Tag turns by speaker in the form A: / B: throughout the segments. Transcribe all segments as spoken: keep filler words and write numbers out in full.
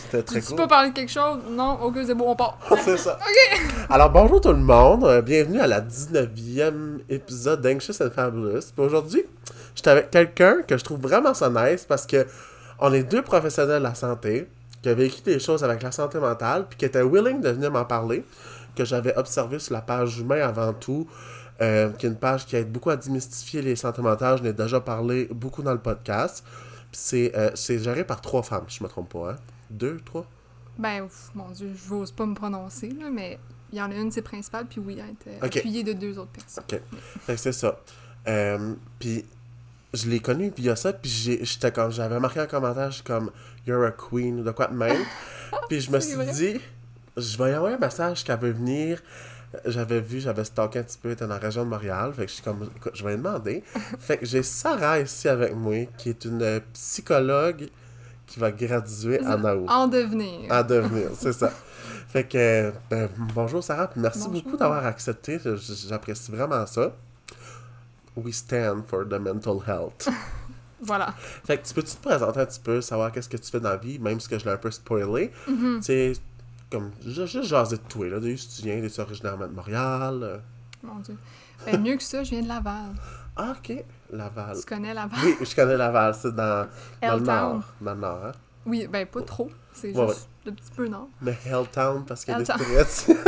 A: C'était très
B: Tu
A: cool.
B: peux parler de quelque chose? Non? Ok, c'est bon, on part.
A: C'est ça.
B: Ok!
A: Alors, bonjour tout le monde. Euh, bienvenue à la dix-neuvième épisode d'Anxious and Fabulous. Puis aujourd'hui, j'étais avec quelqu'un que je trouve vraiment ça nice parce que on est deux professionnels de la santé qui ont vécu des choses avec la santé mentale puis qui étaient willing de venir m'en parler, que j'avais observé sur la page Humain avant tout, euh, qui est une page qui aide beaucoup à démystifier les santé mentales. Je n'ai déjà parlé beaucoup dans le podcast. Puis c'est, euh, c'est géré par trois femmes, si je me trompe pas, hein? Deux, trois?
B: Ben, ouf, mon Dieu, je n'ose pas me prononcer, là, mais il y en a une, c'est principal, puis oui, elle était
A: Ok.
B: appuyée de deux autres personnes.
A: OK. Fait que c'est ça. Euh, puis je l'ai connu via ça, puis j'ai, j'étais comme, j'avais marqué un commentaire, je suis comme, you're a queen, ou de quoi de même. Puis je me
B: C'est
A: suis
B: vrai?
A: dit, je vais y envoyer un message qu'elle veut venir. J'avais vu, j'avais stalké un petit peu, elle était dans la région de Montréal. Fait que je suis comme, écoute, je vais lui demander. Fait que j'ai Sarah ici avec moi, qui est une psychologue qui va graduer en août.
B: En devenir.
A: À devenir, c'est ça. Fait que, ben, bonjour Sarah, puis merci
B: Bonjour.
A: beaucoup d'avoir accepté. J'apprécie vraiment ça. We stand for the mental health.
B: Voilà.
A: Fait que tu peux-tu te présenter un petit peu, savoir qu'est-ce que tu fais dans la vie, même si que je l'ai un peu spoilé.
B: Mhm.
A: Tu sais, comme, juste juste jaser de toi, là, d'où tu viens, t'es originairement de Montréal. euh.
B: Mon Dieu. Ben, mieux que ça, je viens de Laval.
A: Ah, ok, Laval.
B: Tu connais Laval?
A: Oui, je connais Laval, c'est dans, dans le
B: Helltown.
A: nord. Dans le nord, hein.
B: Oui, ben, pas trop. C'est
A: Ouais,
B: juste le petit peu nord.
A: Mais Helltown, parce qu'il y a des
B: Helltown.
A: spirits.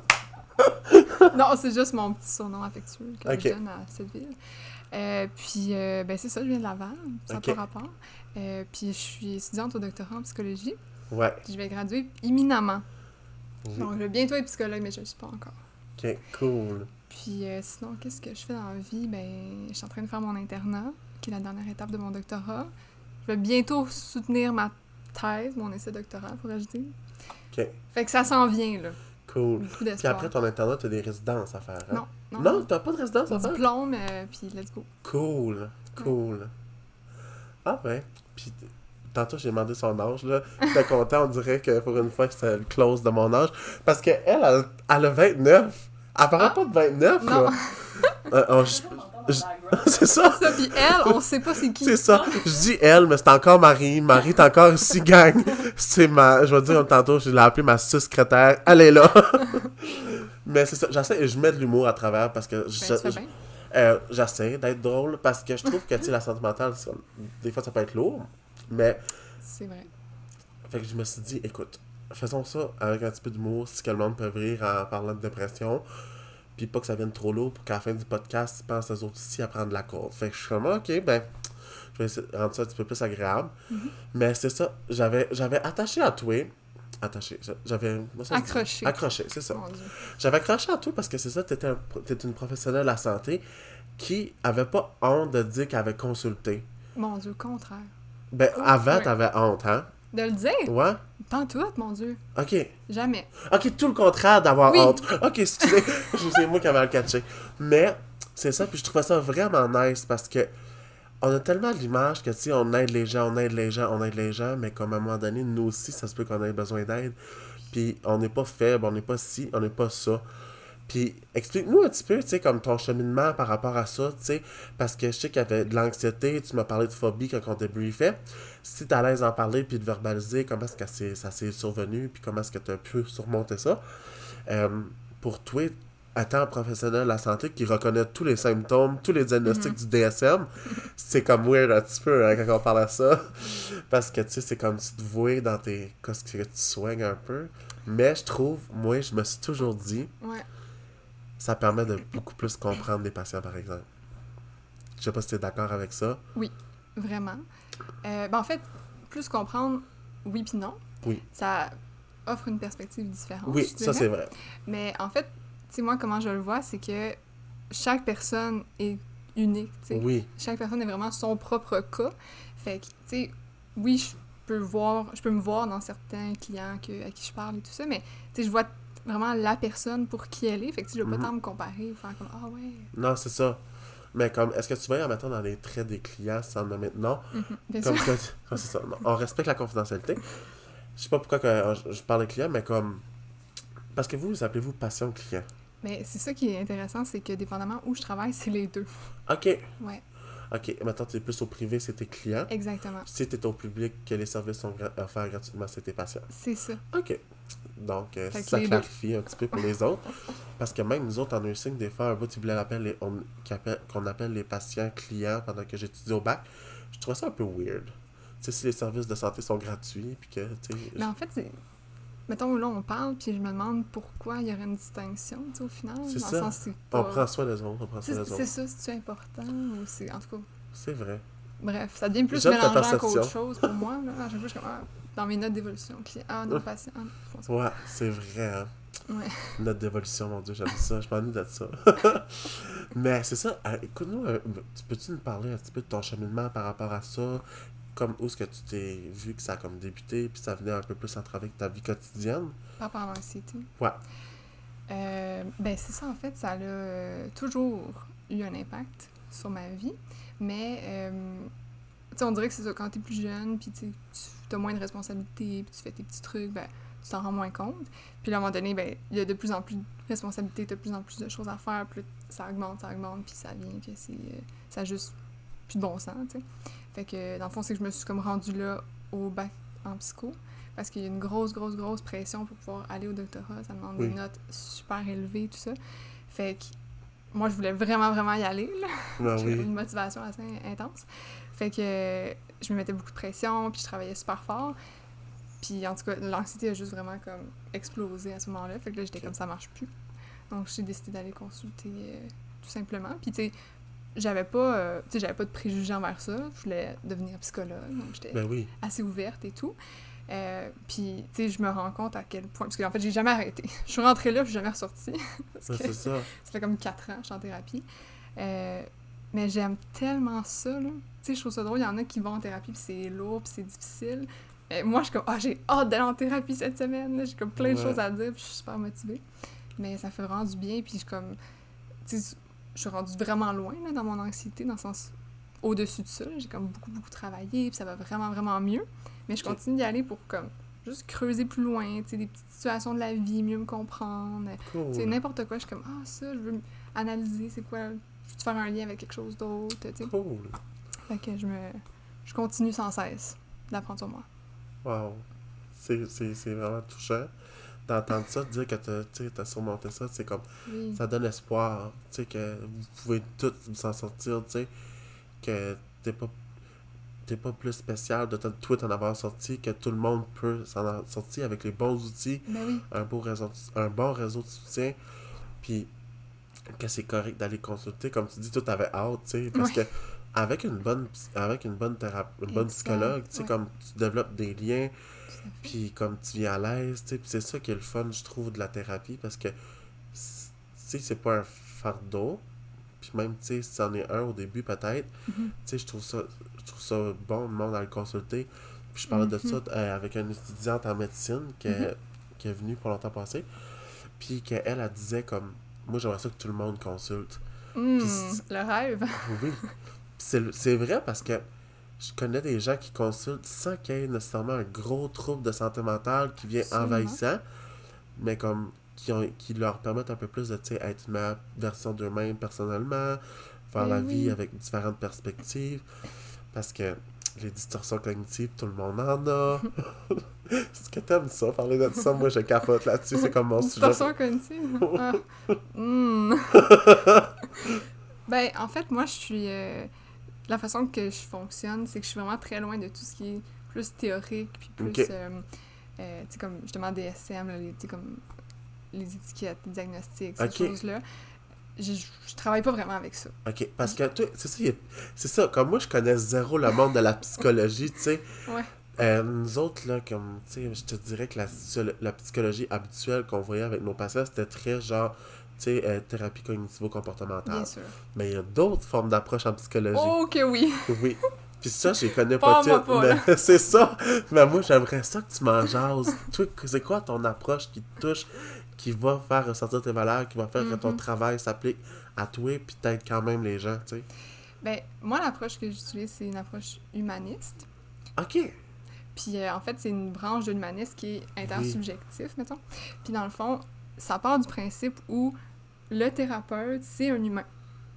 B: Non, c'est juste mon petit surnom affectueux que
A: Ok.
B: je donne à cette ville. Euh, puis, euh, ben, c'est ça, je viens de Laval. Ça n'a
A: Ok.
B: pas rapport. Euh, puis, je suis étudiante au doctorat en psychologie.
A: Ouais.
B: Puis, je vais graduer imminemment.
A: Oui.
B: Donc, je vais bientôt être psychologue, mais je ne le suis pas encore.
A: Ok, cool.
B: Puis, euh, sinon, qu'est-ce que je fais dans la vie? Ben, je suis en train de faire mon internat, qui est la dernière étape de mon doctorat. Je vais bientôt soutenir ma thèse, mon essai doctoral, pourrais-je dire.
A: Ok,
B: Fait que ça s'en vient, là.
A: cool.
B: Beaucoup
A: Puis
B: d'espoir.
A: après ton internat, t'as des résidences à faire, hein?
B: Non, non.
A: Non, t'as pas de résidence à faire?
B: Diplôme, euh, puis let's go.
A: Cool, cool. Ah ouais. Puis t- tantôt, j'ai demandé son âge, là. J'étais content, on dirait que pour une fois, c'était le close de mon âge. Parce qu'elle, elle, elle a vingt-neuf. Elle paraît
B: Ah.
A: pas de vingt-neuf,
B: Non.
A: là. Euh, on- je- je- c'est ça.
B: Ça, puis elle, on sait pas c'est qui.
A: C'est ça. Je dis elle, mais c'est encore Marie. Marie est encore ici, gang. C'est ma... Je vais dire tantôt, je l'ai appelée ma secrétaire. Elle est là. Mais c'est ça. J'essaie, je mets de l'humour à travers parce que...
B: Ben,
A: je-
B: tu fais
A: je-
B: bien.
A: Euh, j'essaie d'être drôle parce que je trouve que tu sais, la santé mentale, c'est- des fois ça peut être lourd, mais
B: C'est vrai.
A: fait que je me suis dit, écoute, faisons ça avec un petit peu d'humour, si que le monde peut rire en parlant de dépression, puis pas que ça vienne trop lourd pour qu'à la fin du podcast, ils pensent aux autres ici à prendre la corde. Fait que je suis comme, ok, ben, je vais essayer de rendre ça un petit peu plus agréable.
B: Mm-hmm.
A: Mais c'est ça, j'avais, j'avais attaché à toi, attaché, j'avais... moi, ça se dit?
B: Accroché.
A: Accroché, c'est ça.
B: Mon Dieu.
A: J'avais accroché à toi parce que c'est ça, t'étais, un, t'étais une professionnelle de la santé qui avait pas honte de dire qu'elle avait consulté.
B: Mon Dieu, au contraire.
A: Ben,
B: Oh,
A: avant,
B: ouais.
A: t'avais honte, hein?
B: De le dire?
A: Ouais?
B: Pas tout, mon Dieu.
A: Ok.
B: Jamais.
A: Ok, tout le contraire d'avoir
B: Oui.
A: honte. Ok, excusez. C'est moi qui avais le catché. Mais, c'est ça, puis je trouvais ça vraiment nice parce que on a tellement l'image que, tu sais, on aide les gens, on aide les gens, on aide les gens, mais comme à un moment donné, nous aussi, ça se peut qu'on ait besoin d'aide. Puis, on n'est pas faible, on n'est pas ci, on n'est pas ça. Puis, explique-nous un petit peu, tu sais, comme ton cheminement par rapport à ça, tu sais, parce que je sais qu'il y avait de l'anxiété, tu m'as parlé de phobie quand on débriefait. Si t'es à l'aise d'en parler puis de verbaliser, comment est-ce que c'est- ça s'est survenu, puis comment est-ce que tu as pu surmonter ça. Euh, pour toi, étant professionnel de la santé qui reconnaît tous les symptômes, tous les diagnostics du D S M, c'est comme weird un petit peu hein, quand on parle à ça. Parce que, tu sais, c'est comme tu te vois dans tes... Qu'est-ce que tu soignes un peu. Mais je trouve, moi, je me suis toujours dit...
B: Ouais.
A: Ça permet de beaucoup plus comprendre les patients, par exemple. Je sais pas si tu es d'accord avec ça.
B: Vraiment. Euh, ben, en fait, plus comprendre, oui puis non.
A: Oui.
B: Ça offre une perspective différente.
A: Oui,
B: je
A: ça
B: dirais.
A: c'est vrai.
B: Mais en fait, tu sais, moi, comment je le vois, c'est que chaque personne est unique, tu sais.
A: Oui,
B: Chaque personne est vraiment son propre cas. Fait que, tu sais, oui, je peux voir, je peux me voir dans certains clients que, à qui je parle et tout ça, mais, tu sais, je vois vraiment la personne pour qui elle est. Fait que, tu sais, je veux
A: Mhm.
B: pas tant me comparer ou faire comme, ah ouais.
A: non, c'est ça. Mais comme, est-ce que tu vas en mettant dans les traits des clients sans nommer de nom?
B: Mhm, bien
A: Comme
B: sûr.
A: que, ouais, c'est ça. Non, on respecte la confidentialité. Je sais pas pourquoi que, euh, je, je parle des clients, mais comme... Parce que vous, vous appelez-vous patient client.
B: Mais c'est ça qui est intéressant, c'est que dépendamment où je travaille, c'est les deux.
A: OK.
B: Ouais.
A: OK, maintenant, tu es plus au privé, c'est tes clients.
B: Exactement.
A: Si tu es au public, que les services sont gra- offerts gratuitement, c'est tes patients.
B: C'est ça.
A: OK. Donc, euh,
B: Fait que
A: ça
B: les deux.
A: clarifie un petit peu pour les autres. Parce que même nous autres, en nursing, des fois, un bout, ils voulaient appeler les- on- qui appelle- qu'on appelle les patients clients pendant que j'étudie au bac. Je trouvais ça un peu weird. Tu sais, si les services de santé sont gratuits, puis que, tu sais...
B: Mais en fait, c'est... Mettons, là, on parle, puis je me demande pourquoi il y aurait une distinction, tu sais, au final.
A: C'est
B: dans
A: ça.
B: le sens, c'est
A: On
B: pas...
A: prend soin des autres, on prend soin
B: C'est,
A: des
B: c'est
A: autres.
B: ça, c'est-tu important, ou c'est... En tout cas,
A: C'est vrai.
B: bref, ça devient plus
A: J'aime ta
B: mélangeant qu'autre
A: perception.
B: chose pour moi, là. À chaque fois, je suis comme, ah, dans mes notes d'évolution, client, ah, non, patient, ah, non,
A: Ouais, c'est vrai, hein.
B: ouais.
A: Note d'évolution, mon Dieu, j'aime ça. Je m'ennuie de ça. Mais c'est ça. euh, Écoute-nous, euh, tu peux-tu nous parler un petit peu de ton cheminement par rapport à ça? Comme où est-ce que tu t'es vu que ça a comme débuté, puis ça venait un peu plus en travail avec ta vie quotidienne?
B: Pas par l'anxiété.
A: Ouais.
B: Euh, ben, c'est ça, en fait, ça a euh, toujours eu un impact sur ma vie, mais, euh, tu sais, on dirait que c'est ça, quand t'es plus jeune, puis tu as moins de responsabilités, puis tu fais tes petits trucs, ben, tu t'en rends moins compte. Puis là, à un moment donné, ben, il y a de plus en plus de responsabilités, de plus en plus de choses à faire, puis ça augmente, ça augmente, puis ça vient que c'est... Euh, ça a juste plus de bon sens, tu sais. Fait que, dans le fond, c'est que je me suis comme rendue là au bac en psycho, parce qu'il y a une grosse, grosse, grosse pression pour pouvoir aller au doctorat. Ça demande
A: Oui.
B: des notes super élevées, tout ça. Fait que moi, je voulais vraiment, vraiment y aller, là.
A: Ben
B: J'avais
A: oui.
B: une motivation assez intense. Fait que euh, je me mettais beaucoup de pression, puis je travaillais super fort. Puis en tout cas, l'anxiété a juste vraiment comme explosé à ce moment-là. Fait que là, j'étais
A: Ok.
B: comme ça marche plus. Donc j'ai décidé d'aller consulter euh, tout simplement. Puis tu sais, j'avais pas, euh, tu sais, j'avais pas de préjugés envers ça. Je voulais devenir psychologue, donc j'étais
A: Ben oui.
B: assez ouverte et tout. Euh, puis, tu sais, je me rends compte à quel point... Parce qu'en fait, j'ai jamais arrêté. Je suis rentrée là, puis je suis jamais ressortie. Parce
A: Ben,
B: que
A: c'est ça.
B: ça fait comme quatre ans que je suis en thérapie. Euh, mais j'aime tellement ça, là. Tu sais, je trouve ça drôle. Il y en a qui vont en thérapie, puis c'est lourd, puis c'est difficile. Euh, moi, je suis comme, ah, j'ai hâte d'aller en thérapie cette semaine. là. J'ai comme plein de
A: Ouais.
B: choses à dire, puis je suis super motivée. Mais ça fait vraiment du bien, puis je suis comme... Tu sais, je suis rendue vraiment loin, là, dans mon anxiété, dans le sens... Au-dessus de ça, j'ai comme beaucoup, beaucoup travaillé, puis ça va vraiment, vraiment mieux. Mais je
A: Ok.
B: continue d'y aller pour, comme, juste creuser plus loin, tu sais, des petites situations de la vie, mieux me comprendre. Tu sais,
A: Cool.
B: n'importe quoi, je suis comme, ah, ça, je veux analyser, c'est quoi, je veux faire un lien avec quelque chose d'autre, tu sais.
A: Cool.
B: Fait que je me... Je continue sans cesse d'apprendre sur moi.
A: Wow. C'est, c'est, c'est vraiment touchant d'entendre ça, de dire que t'as, tu sais, t'as surmonté ça. C'est comme,
B: Oui.
A: ça donne espoir, tu sais, que vous pouvez tous vous en sortir, tu sais, que t'es pas, t'es pas plus spécial de t'en- toi t'en avoir sorti, que tout le monde peut s'en en sortir avec les bons outils,
B: Ben oui.
A: un, beau réseau, un bon réseau de soutien, puis que c'est correct d'aller consulter, comme tu dis, toi t'avais hâte, tu sais, parce
B: Ouais.
A: que avec une bonne psy- avec une bonne thérape- une bonne
B: Exact,
A: psychologue, tu sais,
B: ouais.
A: comme tu développes des liens,
B: Tout à fait.
A: puis comme tu viens à l'aise, tu sais, puis c'est ça qui est le fun, je trouve, de la thérapie, parce que, c- tu sais, c'est pas un fardeau, puis même, tu sais, si c'en est un au début, peut-être,
B: Mhm.
A: tu sais, je trouve ça, je trouve ça bon, le monde à le consulter. Puis je parlais de
B: Mhm.
A: ça euh, avec une étudiante en médecine qui est,
B: Mhm.
A: qui est venue pour longtemps passé, puis qu'elle, elle disait comme, moi, j'aimerais ça que tout le monde consulte.
B: Hum,
A: Puis c'est-
B: le rêve.
A: Oui. Puis c'est, c'est vrai parce que je connais des gens qui consultent sans qu'il y ait nécessairement un gros trouble de santé mentale qui vient
B: Absolument.
A: envahissant, mais comme qui, ont, qui leur permettent un peu plus de, tu sais, être une meilleure version d'eux-mêmes personnellement, faire
B: Ben
A: la
B: oui.
A: vie avec différentes perspectives, parce que les distorsions cognitives, tout le monde en a. Est-ce que t'aimes ça, parler de ça? Moi, je capote là-dessus, c'est comme mon sujet.
B: Distorsion cognitive. Ah. Hmm. Ben, en fait, moi, je suis... euh, la façon que je fonctionne, c'est que je suis vraiment très loin de tout ce qui est plus théorique, puis plus,
A: Ok.
B: euh, euh, tu sais, comme, justement, D S M, là, les, tu sais, comme les étiquettes, les diagnostics, ces
A: Ok.
B: choses-là. Je, je travaille pas vraiment avec ça.
A: Ok, parce que toi, c'est ça, il y a- c'est ça, comme moi, je connais zéro le monde de la psychologie, tu sais.
B: Ouais.
A: Euh, nous autres, là, comme, tu sais, je te dirais que la, psycholo- la psychologie habituelle qu'on voyait avec nos patients, c'était très genre, tu sais, euh, thérapie cognitivo-comportementale.
B: Bien sûr.
A: Mais il y a d'autres formes d'approche en psychologie.
B: Oh que oui!
A: Oui. Puis ça, je les connais pas
B: Parle-moi
A: toutes.
B: pas,
A: Mais c'est ça. Mais moi, j'aimerais ça que tu m'en jases. Toi, c'est quoi ton approche qui te touche, qui va faire ressortir tes valeurs, qui va faire que ton
B: Mhm.
A: travail s'applique à toi, puis t'aides quand même les gens, tu sais.
B: Ben, moi, l'approche que j'utilise, c'est une approche humaniste.
A: OK.
B: Puis euh, en fait, c'est une branche de l'humanisme qui est intersubjectif, mettons. Puis dans le fond, ça part du principe où le thérapeute, c'est un humain.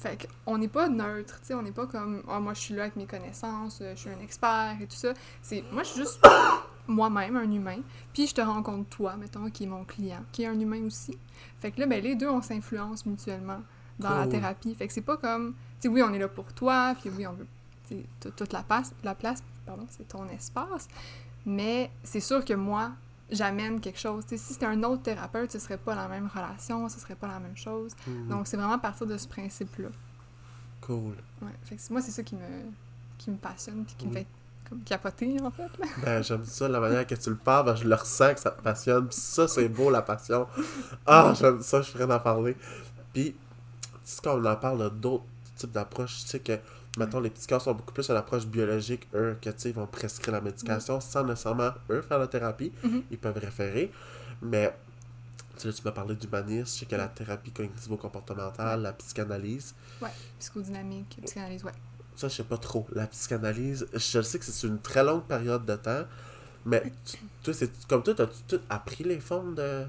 B: Fait qu'on n'est pas neutre, tu sais, on n'est pas comme « Ah, moi, je suis là avec mes connaissances, je suis un expert et tout ça. » C'est moi, je suis juste moi-même, un humain, puis je te rencontre toi, mettons, qui est mon client, qui est un humain aussi. Fait que là, ben, les deux, on s'influence mutuellement dans cool. la thérapie. Fait que c'est pas comme, tu sais, oui, on est là pour toi, puis oui, on veut, tu sais, toute la place, la place, pardon, c'est ton espace, mais c'est sûr que moi, j'amène quelque chose. Tu sais, si c'était un autre thérapeute, ce serait pas la même relation, ce serait pas la même chose. Mm-hmm. Donc, c'est vraiment à partir de ce principe-là.
A: Cool.
B: Ouais, fait que moi, c'est ça qui me, qui me passionne, puis qui mm. me fait comme capoter, en fait. Là.
A: Ben, j'aime ça, la manière que tu le parles, ben, je le ressens que ça te passionne, pis ça, c'est beau, la passion. Ah, j'aime ça, je suis prêt d'en parler. Puis, tu sais, quand on en parle d'autres types d'approches, tu sais que, mettons, les psychiatres sont beaucoup plus à l'approche biologique, eux, que, tu sais, ils vont prescrire la médication mm. sans nécessairement, eux, faire la thérapie. Mm-hmm. Ils peuvent référer, mais, tu sais, là, tu m'as parlé d'humanisme, je sais que la thérapie cognitivo-comportementale, ouais. la psychanalyse.
B: Ouais, psychodynamique, psychanalyse, ouais.
A: Ça, je sais pas trop. La psychanalyse, je sais que c'est une très longue période de temps, mais tu, toi, c'est comme toi, as-tu tout appris les formes de...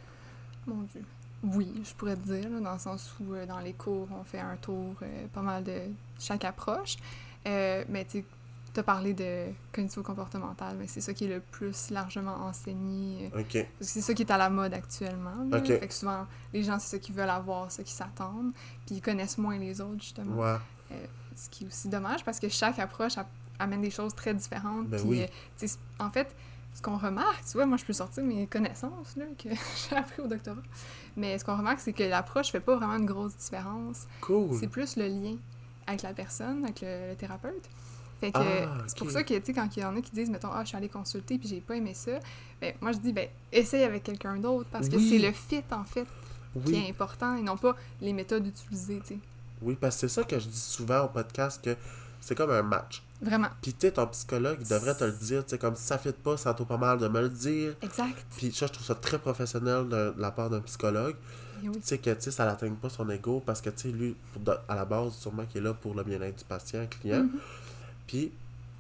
B: Mon Dieu. Oui, je pourrais te dire, là, dans le sens où, euh, dans les cours, on fait un tour euh, pas mal de chaque approche. Euh, mais tu sais, tu as parlé de cognitivo-comportemental, mais c'est ça qui est le plus largement enseigné.
A: OK.
B: Parce que c'est ça qui est à la mode actuellement. Là.
A: OK.
B: Fait que souvent, les gens, c'est ça qu'ils veulent avoir, ça qu'ils s'attendent, puis ils connaissent moins les autres, justement.
A: Ouais.
B: Euh, ce qui est aussi dommage, parce que chaque approche a- amène des choses très différentes.
A: Ben
B: puis,
A: oui.
B: euh, en fait, ce qu'on remarque, tu vois, moi, je peux sortir mes connaissances là, que j'ai appris au doctorat, mais ce qu'on remarque, c'est que l'approche fait pas vraiment une grosse différence.
A: Cool.
B: C'est plus le lien avec la personne, avec le, le thérapeute. Fait que
A: ah,
B: c'est
A: okay.
B: pour ça que, tu sais, quand il y en a qui disent, mettons, ah, je suis allée consulter puis j'ai pas aimé ça, ben, moi, je dis, ben, essaye avec quelqu'un d'autre, parce que
A: oui.
B: c'est le fit, en fait,
A: oui.
B: qui est important, et non pas les méthodes utilisées, tu sais.
A: Oui, parce que c'est ça que je dis souvent au podcast, que c'est comme un match.
B: Vraiment.
A: Puis tu sais, ton psychologue, il devrait te le dire, tu sais, comme si ça ne fit pas, ça tombe pas mal de me le dire.
B: Exact.
A: Puis ça, je trouve ça très professionnel de, de la part d'un psychologue.
B: Oui.
A: Tu sais, que tu sais, ça n'atteigne pas son ego, parce que tu sais, lui, pour de, à la base, sûrement qu'il est là pour le bien-être du patient, client. Mm-hmm. Puis,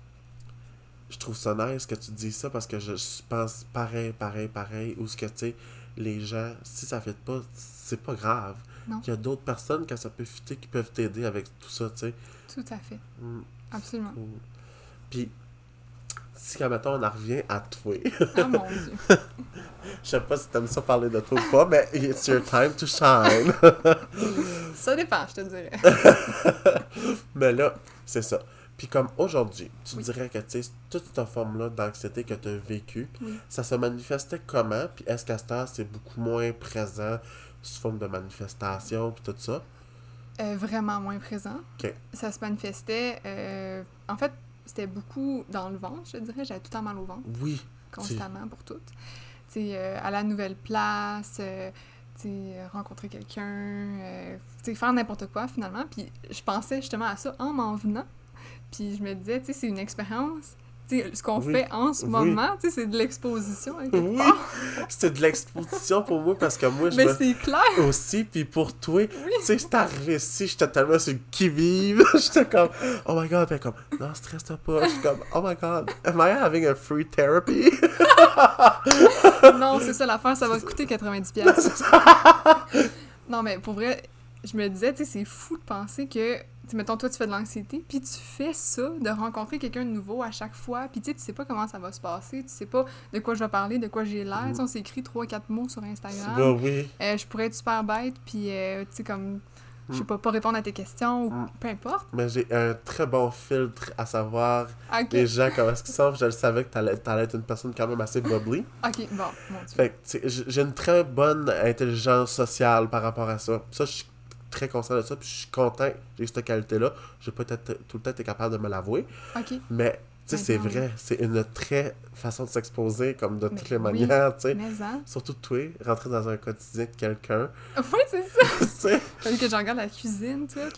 A: je trouve ça nice que tu dises ça, parce que je, je pense pareil, pareil, pareil, où ce que, tu sais, les gens, si ça ne fit pas, c'est pas grave.
B: Non.
A: Il y a d'autres personnes que ça peut fitter qui peuvent t'aider avec tout ça, tu sais.
B: Tout à fait.
A: Mm.
B: Absolument.
A: Cool. Puis, si, quand mettons, on en revient à toi.
B: Oh mon Dieu.
A: Je sais pas si t'aimes ça parler de toi ou pas, mais it's your time to shine.
B: Ça dépend, je te dirais.
A: Mais là, c'est ça. Puis comme aujourd'hui, tu
B: oui.
A: dirais que, tu sais, toute cette forme-là d'anxiété que tu as vécue,
B: oui.
A: ça se manifestait comment? Puis est-ce qu'à ce temps, c'est beaucoup moins présent sous forme de manifestation, puis tout ça?
B: Euh, vraiment moins présent.
A: OK.
B: Ça se manifestait... Euh, en fait, c'était beaucoup dans le ventre, je dirais. J'avais tout le temps mal au ventre.
A: Oui.
B: Constamment, c'est... pour tout. Tu sais, euh, à la nouvelle place... Euh, tu sais, rencontrer quelqu'un... Euh, tu sais, faire n'importe quoi, finalement. Puis je pensais justement à ça en m'en venant. Puis je me disais, tu sais, c'est une expérience... Tu sais, ce qu'on oui. fait en ce oui. moment, tu sais, c'est de l'exposition.
A: Oui, c'était de l'exposition pour moi, parce que moi, je
B: Mais
A: me...
B: c'est clair!
A: Aussi, puis pour toi,
B: oui.
A: tu sais, j'étais arrivé ici, j'étais tellement sur le qui-vive, j'étais comme, oh my god, puis comme, non, stresse pas, je suis comme, oh my god, am I having a free therapy?
B: Non, c'est ça l'affaire, ça va coûter quatre-vingt-dix piastres. Non, mais pour vrai, je me disais, tu sais, c'est fou de penser que, tu sais, mettons, toi, tu fais de l'anxiété, puis tu fais ça, de rencontrer quelqu'un de nouveau à chaque fois, puis tu sais, tu sais pas comment ça va se passer, tu sais pas de quoi je vais parler, de quoi j'ai l'air, mmh. tu sais, on s'écrit trois quatre mots sur Instagram.
A: Ben oui.
B: Euh, je pourrais être super bête, puis, euh, tu sais, comme, je sais pas, pas répondre à tes questions, ou mmh. peu importe.
A: Mais j'ai un très bon filtre à savoir
B: okay.
A: les gens, comment est-ce qu'ils sont, je le savais que t'allais, t'allais être une personne quand même assez bubbly.
B: Ok, bon, mon Dieu.
A: Fait que, tu sais, j'ai une très bonne intelligence sociale par rapport à ça. Ça, je suis très conscient de ça, puis je suis content que j'ai cette qualité-là. Je vais peut-être tout le temps être capable de me l'avouer.
B: OK.
A: Mais, tu sais, c'est vrai, c'est une très façon de s'exposer, comme de
B: mais
A: toutes les
B: oui,
A: manières, tu sais.
B: Mais hein?
A: Surtout toi, rentrer dans un quotidien de quelqu'un.
B: Oui, c'est ça!
A: Tu sais?
B: Fallait que je regarde la cuisine, tout. Là.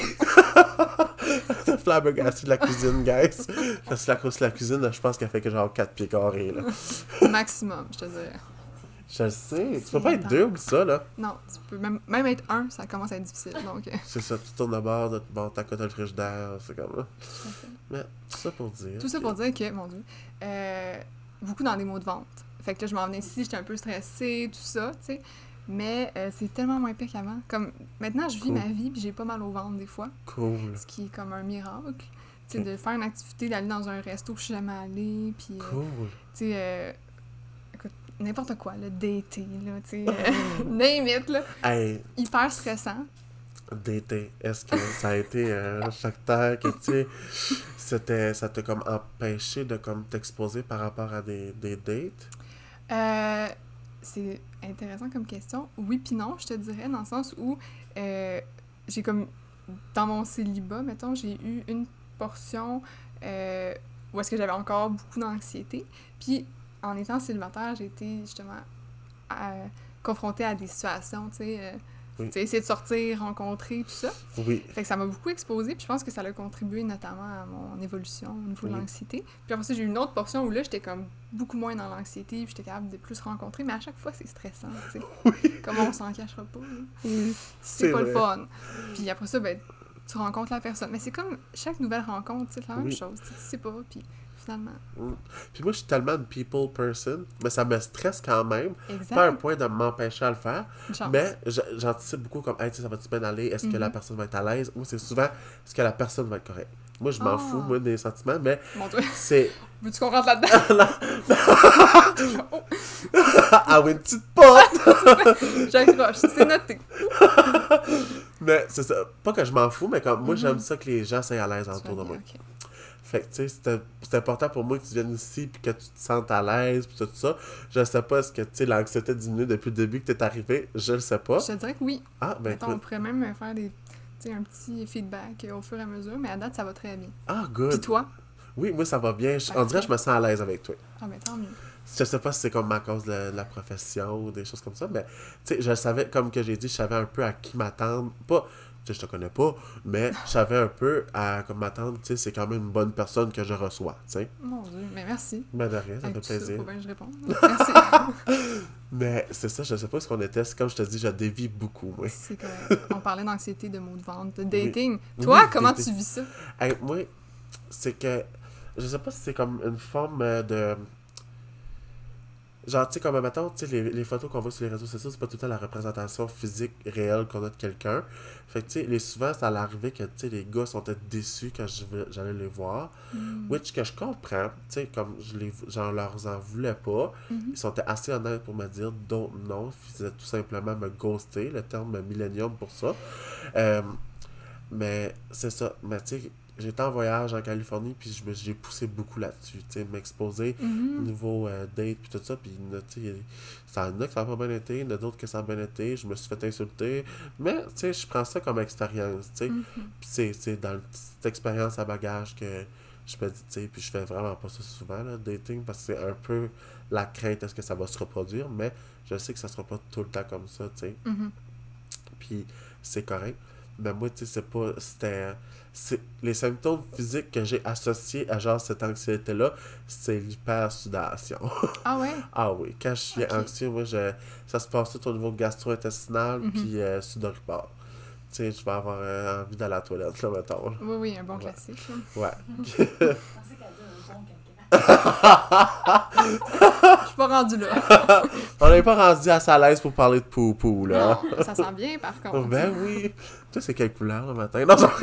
A: Oui! T'as flabbergasté de la cuisine, guys. Parce que la cause de la cuisine, je pense qu'elle fait que genre quatre pieds carrés, là.
B: Maximum, je te dirais.
A: Je le sais. Tu peux pas être deux, oublie ça, là.
B: Non, tu peux même, même être un, ça commence à être difficile, donc...
A: C'est ça, tu tournes de bord, de, bon, t'as côté le frigidaire, c'est comme ça. Mais tout ça pour dire...
B: Tout ça
A: que...
B: pour dire que, mon Dieu, euh, beaucoup dans des maux de ventre. Fait que là, je m'en venais ici, j'étais un peu stressée, tout ça, tu sais. mais euh, c'est tellement moins pire qu'avant. Comme, maintenant, je vis
A: Cool.
B: ma vie, puis j'ai pas mal au ventre des fois,
A: Cool.
B: ce qui est comme un miracle. Tu sais,
A: Mm.
B: de faire une activité, d'aller dans un resto que je suis jamais allée, puis, euh,
A: Cool.
B: tu sais, euh, écoute, n'importe quoi, là, dater, là, tu sais, euh, name it, là,
A: Hey,
B: hyper stressant.
A: dater, est-ce que ça a été un facteur que, tu sais, c'était, ça t'a comme empêché de comme t'exposer par rapport à des, des dates?
B: Euh, c'est intéressant comme question. Oui puis non, je te dirais, dans le sens où euh, j'ai comme, dans mon célibat, mettons, j'ai eu une portion euh, où est-ce que j'avais encore beaucoup d'anxiété. Puis, en étant célibataire, j'ai été justement euh, confrontée à des situations, tu sais, euh,
A: Oui.
B: tu sais, essayer de sortir, rencontrer, tout ça.
A: Oui.
B: Fait que ça m'a beaucoup exposée, puis je pense que ça a contribué notamment à mon évolution au niveau de
A: Oui.
B: l'anxiété. Puis après ça, j'ai eu une autre portion où là, j'étais comme beaucoup moins dans l'anxiété, puis j'étais capable de plus rencontrer, mais à chaque fois, c'est stressant, tu sais.
A: Oui.
B: Comment on s'en cachera pas, là.
A: Oui.
B: C'est pas
A: vrai.
B: le fun. Puis après ça, ben, tu rencontres la personne. Mais c'est comme chaque nouvelle rencontre, c'est la même
A: Oui.
B: chose. Tu sais pas, puis finalement.
A: Mm. Puis moi, je suis tellement une people person, mais ça me stresse quand même.
B: Exact.
A: Pas un point de m'empêcher à le faire,
B: Une chance.
A: mais je- j'anticipe beaucoup comme, hey, tu sais, ça va-tu bien aller? Est-ce que la
B: Mhm.
A: personne va être à l'aise? Moi, c'est souvent, est-ce que la personne va être correcte? Moi, je m'en
B: Ah.
A: fous, moi, des sentiments, mais
B: Mon Dieu.
A: c'est.
B: Veux-tu qu'on rentre là-dedans? Oh,
A: Ah oui, une petite pote!
B: j'accroche. C'est noté.
A: Mais c'est ça. Pas que je m'en fous, mais comme moi,
B: Mhm.
A: j'aime ça que les gens soient à l'aise
B: Tu
A: autour
B: vas
A: de moi.
B: bien, ok.
A: Fait que, tu sais, c'était c'était important pour moi que tu viennes ici puis que tu te sentes à l'aise puis tout ça. Je sais pas, est-ce que, tu sais, l'anxiété diminue depuis le début que t'es arrivé? Je le sais pas.
B: Je te dirais que oui.
A: Ah, ben
B: Mettons, on
A: écoute.
B: pourrait même faire des, tu sais, un petit feedback euh, au fur et à mesure, mais à date, ça va très bien.
A: Ah,
B: Puis
A: good.
B: toi?
A: Oui, moi, ça va bien. Je- on dirait que je me sens à l'aise avec toi.
B: Ah ben tant mieux.
A: Je sais pas si c'est comme à cause de, de la profession ou des choses comme ça, mais, tu sais, je savais, comme que j'ai dit, je savais un peu à qui m'attendre. Pas, tu sais, je te connais pas, mais je savais un peu à comme m'attendre. Tu sais, c'est quand même une bonne personne que je reçois, tu sais.
B: Mon Dieu, mais merci.
A: Ben de rien, ça
B: Avec
A: fait
B: tout ça,
A: plaisir.
B: faut bien que je réponde. Merci.
A: Mais c'est ça, je sais pas ce qu'on était. C'est comme je te dis, je dévie beaucoup, oui.
B: C'est correct. On parlait d'anxiété, de mots de vente, de dating.
A: Oui.
B: Toi,
A: Oui,
B: comment
A: dating.
B: tu vis ça?
A: Hey, moi, c'est que. Je sais pas si c'est comme une forme euh, de. Genre, tu sais, comme, mettons, tu sais, les, les photos qu'on voit sur les réseaux sociaux, c'est pas tout le temps la représentation physique réelle qu'on a de quelqu'un. Fait que, tu sais, les, souvent, ça allait arriver que, tu sais, les gars sont peut-être déçus quand je vais- j'allais les voir.
B: Mm.
A: Which, que je comprends, tu sais, comme je les, j'en leur en voulais pas.
B: Mhm.
A: Ils sont assez honnêtes pour me dire donc non, ils faisaient tout simplement me ghoster, le terme millénium pour ça. Euh, mais c'est ça. Mais tu sais, j'étais en voyage en Californie, puis je me- j'ai poussé beaucoup là-dessus, tu sais, m'exposer au
B: Mhm.
A: niveau euh, date, puis tout ça. Puis, il y en a, tu sais, ça en a que ça a pas bien été, il y en a d'autres que ça a bien été, je me suis fait insulter. Mais, tu sais, je prends ça comme expérience, tu sais.
B: Mhm.
A: Puis c'est, c'est dans le- cette expérience à bagage que je me dis, tu sais, puis je fais vraiment pas ça souvent, là, dating, parce que c'est un peu la crainte, est-ce que ça va se reproduire, mais je sais que ça sera pas tout le temps comme ça, tu sais.
B: Mhm.
A: Puis c'est correct. Mais moi, tu sais, c'est pas. C'était. C'est, les symptômes physiques que j'ai associés à genre cette anxiété-là, c'est l'hypersudation.
B: Ah ouais?
A: Ah oui, quand je suis
B: Ok.
A: anxieux, moi, je, ça se passe tout au niveau gastro-intestinal,
B: Mhm.
A: puis euh, sudoripare. Tu sais, je vais avoir euh, envie d'aller à la toilette, là, mettons. là.
B: Oui, oui, un bon
A: Ouais.
B: classique. là.
A: Ouais.
C: Je pensais qu'elle dit un bon caca.
B: Je suis pas rendue là.
A: On n'est pas rendu assez à l'aise pour parler de poupou, là.
B: Non, ça sent bien par contre.
A: Ben oui. Toi, c'est quelle couleur le matin? Non, c'est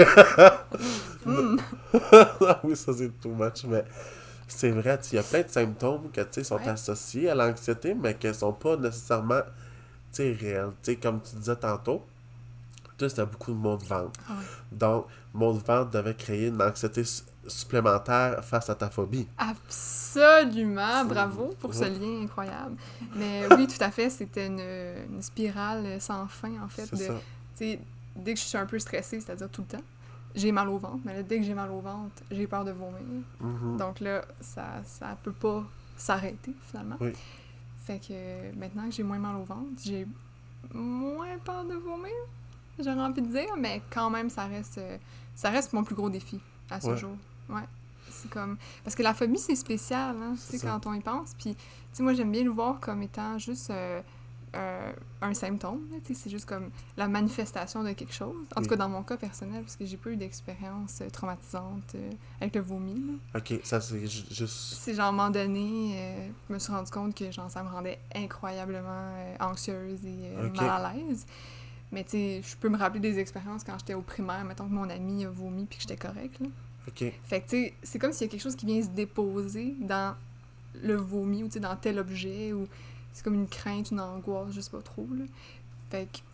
B: Mm.
A: Ah oui, ça c'est too much, mais c'est vrai, il y a plein de symptômes que, tu sais, sont
B: Ouais.
A: associés à l'anxiété, mais qui sont pas nécessairement, tu sais, réels. Tu sais, comme tu disais tantôt, toi, c'était beaucoup de mots de vente.
B: Ah ouais.
A: Donc, mots de vente devait créer une anxiété su- supplémentaire face à ta phobie.
B: Absolument, bravo pour ce
A: Ouais.
B: lien incroyable. Mais oui, tout à fait, c'était une, une spirale sans fin, en fait.
A: C'est
B: De,
A: ça.
B: tu sais, dès que je suis un peu stressée, c'est-à-dire tout le temps, j'ai mal au ventre. Mais là, dès que j'ai mal au ventre, j'ai peur de vomir.
A: Mhm.
B: Donc là, ça, ça peut pas s'arrêter, finalement.
A: Oui.
B: Fait que maintenant que j'ai moins mal au ventre, j'ai moins peur de vomir, j'aurais envie de dire, mais quand même, ça reste, euh, ça reste mon plus gros défi à ce
A: Ouais.
B: jour. Ouais. C'est comme... Parce que la phobie, c'est spécial, hein, tu
A: C'est
B: sais,
A: ça.
B: quand on y pense. Puis, tu sais, moi, j'aime bien le voir comme étant juste... euh, euh, un symptôme, là, tu sais, c'est juste comme la manifestation de quelque chose. En
A: Oui.
B: tout cas, dans mon cas personnel, parce que j'ai pas eu d'expérience euh, traumatisante euh, avec le vomi, là.
A: Ok, ça c'est ju- juste.
B: C'est genre, à un moment donné, euh, je me suis rendu compte que genre, ça me rendait incroyablement euh, anxieuse et euh,
A: Ok.
B: mal à l'aise. Mais tu sais, je peux me rappeler des expériences quand j'étais au primaire, mettons que mon ami a vomi puis que j'étais correcte, là.
A: Ok.
B: Fait que tu sais, c'est comme s'il y a quelque chose qui vient se déposer dans le vomi ou tu sais, dans tel objet ou c'est comme une crainte, une angoisse, je sais pas trop, là. Fait que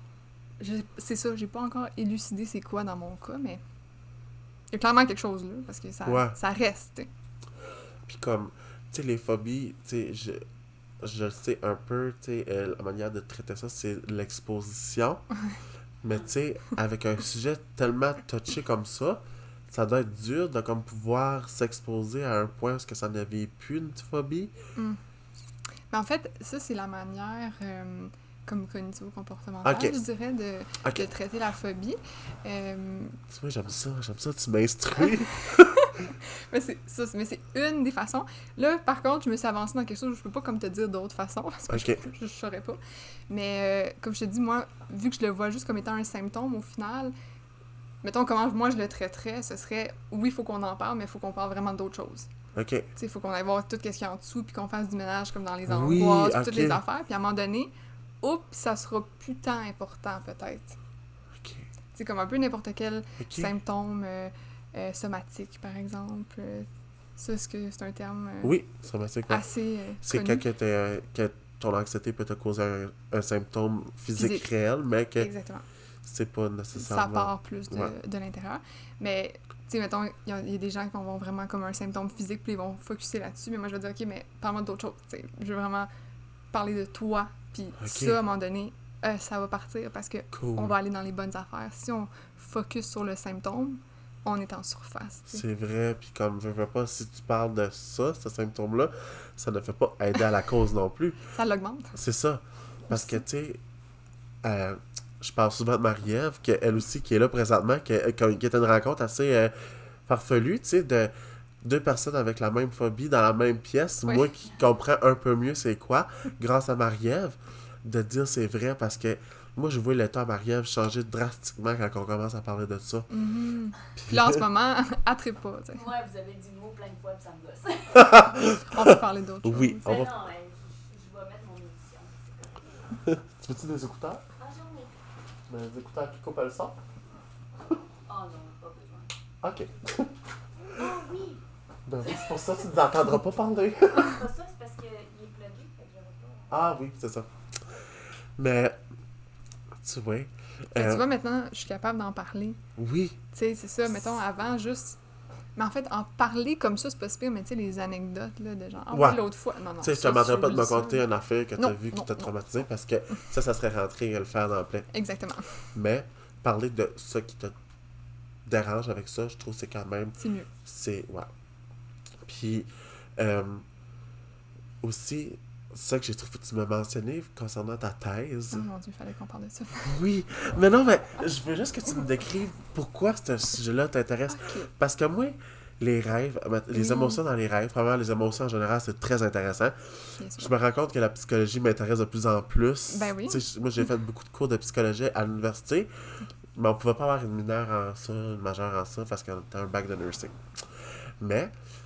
B: je- c'est ça, j'ai pas encore élucidé c'est quoi dans mon cas, mais il y a clairement quelque chose là, parce que ça,
A: Ouais.
B: ça reste.
A: Puis comme, tu sais, les phobies, tu sais, je, je le sais un peu, tu sais, euh, la manière de traiter ça, c'est l'exposition. Mais tu sais, avec un sujet tellement touché comme ça, ça doit être dur de comme pouvoir s'exposer à un point où est-ce que ça n'avait plus une phobie.
B: Mm. Mais en fait, ça, c'est la manière euh, comme cognitivo-comportementale,
A: Ok.
B: je dirais, de,
A: Ok.
B: de traiter la phobie. Euh,
A: Tu vois, j'aime ça, j'aime ça, tu m'instruis.
B: mais c'est ça, c'est- mais c'est une des façons. Là, par contre, je me suis avancée dans quelque chose où je peux pas comme te dire d'autres façons, parce que
A: Ok.
B: je, je, je saurais pas. Mais euh, comme je te dis, moi, vu que je le vois juste comme étant un symptôme, au final, mettons comment moi je le traiterais, ce serait, oui, il faut qu'on en parle, mais il faut qu'on parle vraiment d'autres choses.
A: Ok.
B: Tu sais, il faut qu'on aille voir tout ce qu'il y a en dessous, puis qu'on fasse du ménage comme dans les
A: Oui,
B: angoisses, puis
A: ok.
B: toutes les affaires, puis à un moment donné, oups, ça sera plus tant important, peut-être.
A: Ok.
B: C'est comme un peu n'importe quel
A: Ok.
B: symptôme euh, euh, somatique, par exemple. Euh, ça, est-ce que c'est un terme euh,
A: Oui, ça m'a dit quoi.
B: assez euh,
A: C'est
B: connu?
A: quand que, t'es- que ton anxiété peut te causer un, un symptôme physique,
B: Physique.
A: réel, mais que
B: Exactement.
A: c'est pas
B: Ça
A: nécessairement.
B: part plus de,
A: Ouais.
B: de l'intérieur. Mais, tu sais, mettons, il y, a- il y a des gens qui vont voir vraiment comme un symptôme physique, puis ils vont focuser là-dessus. Mais moi, je vais dire, OK, mais parle-moi d'autres choses. Tu sais, je veux vraiment parler de toi. Puis
A: Ok.
B: ça, à un moment donné, euh, ça va partir parce que
A: Cool.
B: on va aller dans les bonnes affaires. Si on focus sur le symptôme, on est en surface. tu sais.
A: C'est vrai, puis comme veux, veux pas, si tu parles de ça, ce symptôme-là, ça ne fait pas aider à la cause non plus.
B: Ça l'augmente.
A: C'est ça. Parce que, tu sais, euh, je parle souvent de Marie-Ève, que elle aussi, qui est là présentement, qui, qui qui était une rencontre assez euh, farfelue, tu sais, de deux personnes avec la même phobie dans la même pièce.
B: Oui.
A: Moi qui comprends un peu mieux c'est quoi, grâce à Marie-Ève, de dire c'est vrai, parce que moi, je vois l'état à Marie-Ève changer drastiquement quand on commence à parler de ça.
B: Mhm. Puis là, en ce moment, attrape pas. tu sais.
C: Ouais, vous avez dit le mot plein de fois, puis ça me gosse.
B: On va parler d'autres choses.
A: Oui, on
C: Mais
A: va...
C: non, ouais, je, je vais mettre mon édition. c'est correct.
A: Tu veux-tu des écouteurs?
C: Ah, j'en ai.
A: Mais des écouteurs qui coupent le son?
C: Oh non, pas besoin.
A: Ok.
C: Ah oui!
A: Ben oui, c'est pour ça que tu ne l'entendras pas parler.
C: C'est pas ça, c'est parce qu'il est plugué, fait que j'aurais pas.
A: Ah oui, c'est ça. Mais, tu vois...
B: Fait que
A: euh,
B: tu vois, maintenant, je suis capable d'en parler.
A: oui,
B: Tu sais, c'est ça, mettons, avant, juste... Mais en fait, en parler comme ça, c'est pas si pire, mais tu sais, les anecdotes, là, de genre, ah
A: Ouais.
B: oui, l'autre fois... Non, non,
A: tu sais, je te
B: ça,
A: demanderais pas de
B: oublie
A: me
B: ça,
A: conter
B: là.
A: une affaire que tu as
B: Non,
A: vue qui
B: non,
A: t'a
B: non.
A: traumatisé parce que ça, ça serait rentré à le faire dans le plein.
B: Exactement.
A: Mais, parler de ça qui te dérange avec ça, je trouve que c'est quand même...
B: C'est mieux.
A: C'est... Ouais. Puis, euh, aussi, ça que j'ai trouvé que tu m'as mentionné concernant ta thèse.
B: Oh mon Dieu, il fallait qu'on parle de ça.
A: Oui, mais non, mais je veux juste que tu me décrives pourquoi ce sujet-là t'intéresse.
B: OK.
A: Parce que moi, les rêves, les
B: Oui.
A: émotions dans les rêves, probablement les émotions en général, c'est très intéressant.
B: Bien sûr.
A: Je me rends compte que la psychologie m'intéresse de plus en plus.
B: Ben oui.
A: Tu sais, moi, j'ai fait beaucoup de cours de psychologie à l'université, mais on pouvait pas avoir une mineure en ça, une majeure en ça, parce qu'on était un bac de nursing. Mais,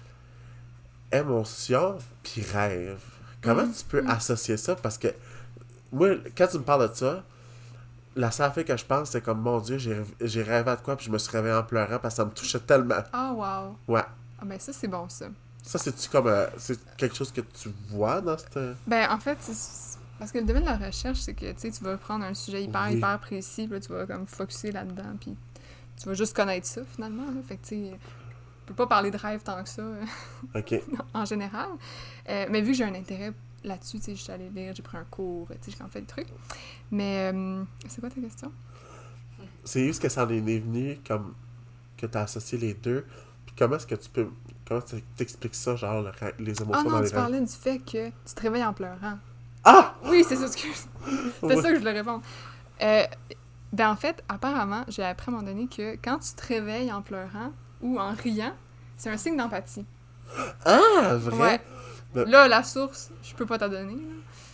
A: émotion puis rêve, comment
B: Mhm.
A: tu peux
B: Mhm.
A: associer ça? Parce que, moi, quand tu me parles de ça, la seule affaire que je pense, c'est comme, mon Dieu, j'ai j'ai rêvé à de quoi, puis je me suis réveillé en pleurant parce que ça me touchait tellement.
B: Ah, wow.
A: Ouais.
B: Ah, ben ça, c'est bon, ça.
A: Ça, c'est-tu comme... euh, c'est quelque chose que tu vois dans cette...
B: Ben, en fait, c'est... Parce que le domaine de la recherche, c'est que, tu sais, tu vas prendre un sujet hyper,
A: Oui.
B: hyper précis, puis là, tu vas comme focusser là-dedans, puis tu vas juste connaître ça, finalement, là. Fait que, tu sais, je peux pas parler de rêve tant que ça, euh,
A: OK.
B: en général. Euh, mais vu que j'ai un intérêt là-dessus, tu sais, je suis allée lire, j'ai pris un cours, tu sais, j'ai quand même fait des trucs. Mais, euh, c'est quoi ta question?
A: C'est juste que ça en est venu, comme... que tu as associé les deux. Puis comment est-ce que tu peux... Comment tu t'expliques ça, genre, le rê- les émotions
B: Ah
A: dans
B: non,
A: les
B: tu
A: rêves?
B: parlais du fait que tu te réveilles en pleurant.
A: Ah!
B: Oui, c'est ça, excuse. C'était
A: Ouais.
B: ça que je voulais répondre. Euh, ben, en fait, apparemment, j'ai appris à un moment donné que quand tu te réveilles en pleurant ou en riant, c'est un signe d'empathie.
A: Ah, vrai?
B: Ouais.
A: Ben-
B: Là, la source, je peux pas t'en donner. là.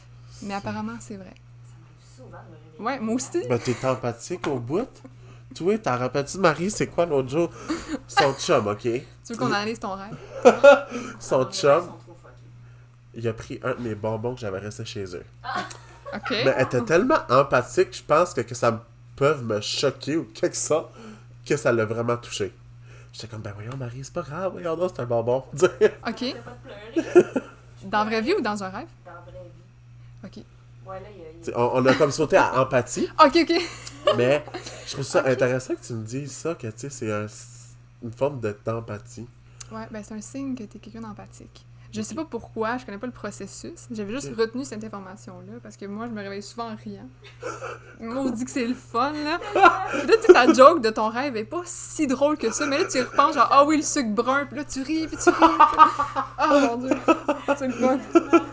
B: Mais apparemment, c'est vrai.
C: Ça m'arrive souvent de me réveiller.
B: Ouais, moi aussi.
A: Ben, t'es empathique au bout. Toi, t'as rappelles-tu, Marie, c'est quoi l'autre jour? Son chum, OK?
B: Tu veux qu'on analyse ton rêve?
A: Son
C: Ah, mes
A: chum,
C: rêves sont trop fuckés.
A: il a pris un de mes bonbons que j'avais resté chez eux.
B: OK.
A: Mais elle était tellement empathique, je pense que, que ça me- peut me choquer ou quelque ça, que ça l'a vraiment touché. J'étais comme, ben voyons, Marie, c'est pas grave, voyons, non, c'est un bonbon.
B: OK.
C: T'as pas de pleurer.
B: Dans la vraie vie ou dans un rêve?
C: Dans la vraie vie.
B: OK.
C: Ouais, là, il y a. il y
A: T'sais,
C: a-
A: on, on a comme sauté à empathie,
B: OK, OK.
A: mais je trouve ça
B: Ok.
A: intéressant que tu me dises ça, que tu sais, c'est un- une forme de- d'empathie.
B: Ouais, ben c'est un signe que t'es quelqu'un d'empathique. Je sais pas pourquoi, je connais pas le processus. J'avais juste
A: Ok.
B: retenu cette information-là parce que moi, je me réveille souvent en riant. Maudit que c'est le fun, là. Puis là, tu sais, ta joke de ton rêve est pas si drôle que ça, mais là, tu y repenses, genre, ah oui, le sucre brun, puis là, tu ris, puis tu ris. tu sais. Ah mon dieu, c'est le fun.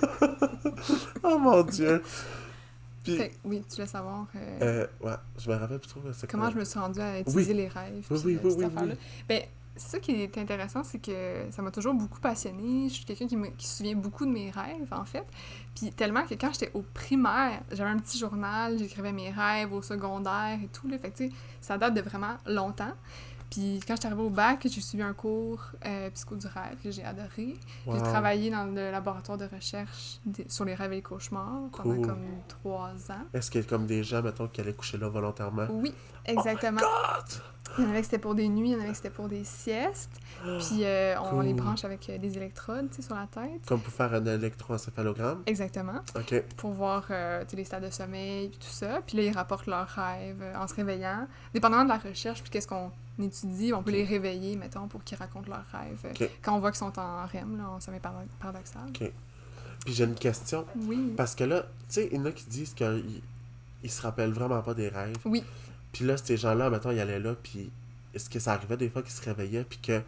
A: Oh mon Dieu! Puis,
B: Fait que, oui, tu veux savoir euh,
A: euh, ouais, je me rappelle plus trop c'est
B: comment
A: quoi.
B: je me suis rendue à utiliser
A: Oui.
B: les rêves.
A: Oui,
B: puis,
A: oui,
B: euh,
A: oui,
B: cette
A: oui,
B: affaire-là.
A: oui.
B: Ben, c'est ça qui est intéressant, c'est que ça m'a toujours beaucoup passionnée. Je suis quelqu'un qui, me, qui se souvient beaucoup de mes rêves, en fait. Puis tellement que quand j'étais au primaire, j'avais un petit journal, j'écrivais mes rêves au secondaire et tout. Là. Fait que, tu sais, ça date de vraiment longtemps. Puis quand j'étais arrivée au bac, j'ai suivi un cours euh, psycho du rêve que j'ai adoré.
A: Wow.
B: J'ai travaillé dans le laboratoire de recherche des- sur les rêves et les cauchemars pendant
A: Cool.
B: comme trois ans.
A: Est-ce qu'il y a comme des gens, mettons, qui allaient coucher là volontairement?
B: Oui, exactement.
A: God!
B: Il y en avait que c'était pour des nuits, il y en avait que c'était pour des siestes. Puis euh, on
A: Cool.
B: les branche avec euh, des électrodes, tu sais, sur la tête.
A: Comme pour faire un électroencéphalogramme?
B: Exactement.
A: OK.
B: Pour voir euh, tu sais, les stades de sommeil, puis tout ça. Puis là, ils rapportent leurs rêves euh, en se réveillant. Dépendamment de la recherche, puis qu'est-ce qu'on étudie, on peut les réveiller, mettons, pour qu'ils racontent leurs rêves. euh,
A: OK.
B: Quand on voit qu'ils sont en R E M, là, en sommeil par- paradoxal.
A: OK. Puis j'ai une question.
B: Oui.
A: Parce que là, tu sais, il y en a qui disent qu'ils ils se rappellent vraiment pas des rêves.
B: Oui.
A: Puis là, ces gens-là, mettons, ils allaient là, puis est-ce que ça arrivait des fois qu'ils se réveillaient, puis qu'ils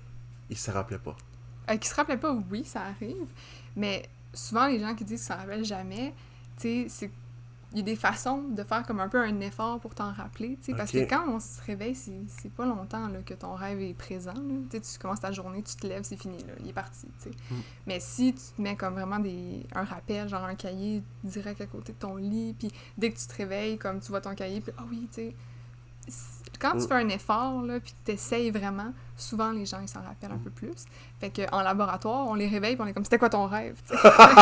A: se rappelaient pas?
B: Euh, qui se rappelaient pas, oui, ça arrive. Mais souvent, les gens qui disent qu'ils s'en rappellent jamais, tu sais, c'est... Il y a des façons de faire comme un peu un effort pour t'en rappeler, tu sais, parce
A: Ok.
B: que quand on se réveille, c'est, c'est pas longtemps là, que ton rêve est présent, là. Tu sais, tu commences ta journée, tu te lèves, c'est fini, là, il est parti, tu sais.
A: Mm.
B: Mais si tu te mets comme vraiment des, un rappel, genre un cahier direct à côté de ton lit, puis dès que tu te réveilles, comme tu vois ton cahier, puis ah oui, tu sais, c'est- quand tu
A: Mm.
B: fais un effort, là, puis que tu essayes vraiment, souvent les gens ils s'en rappellent un peu plus. Fait qu'en laboratoire, on les réveille, puis on est comme, c'était quoi ton rêve? Tu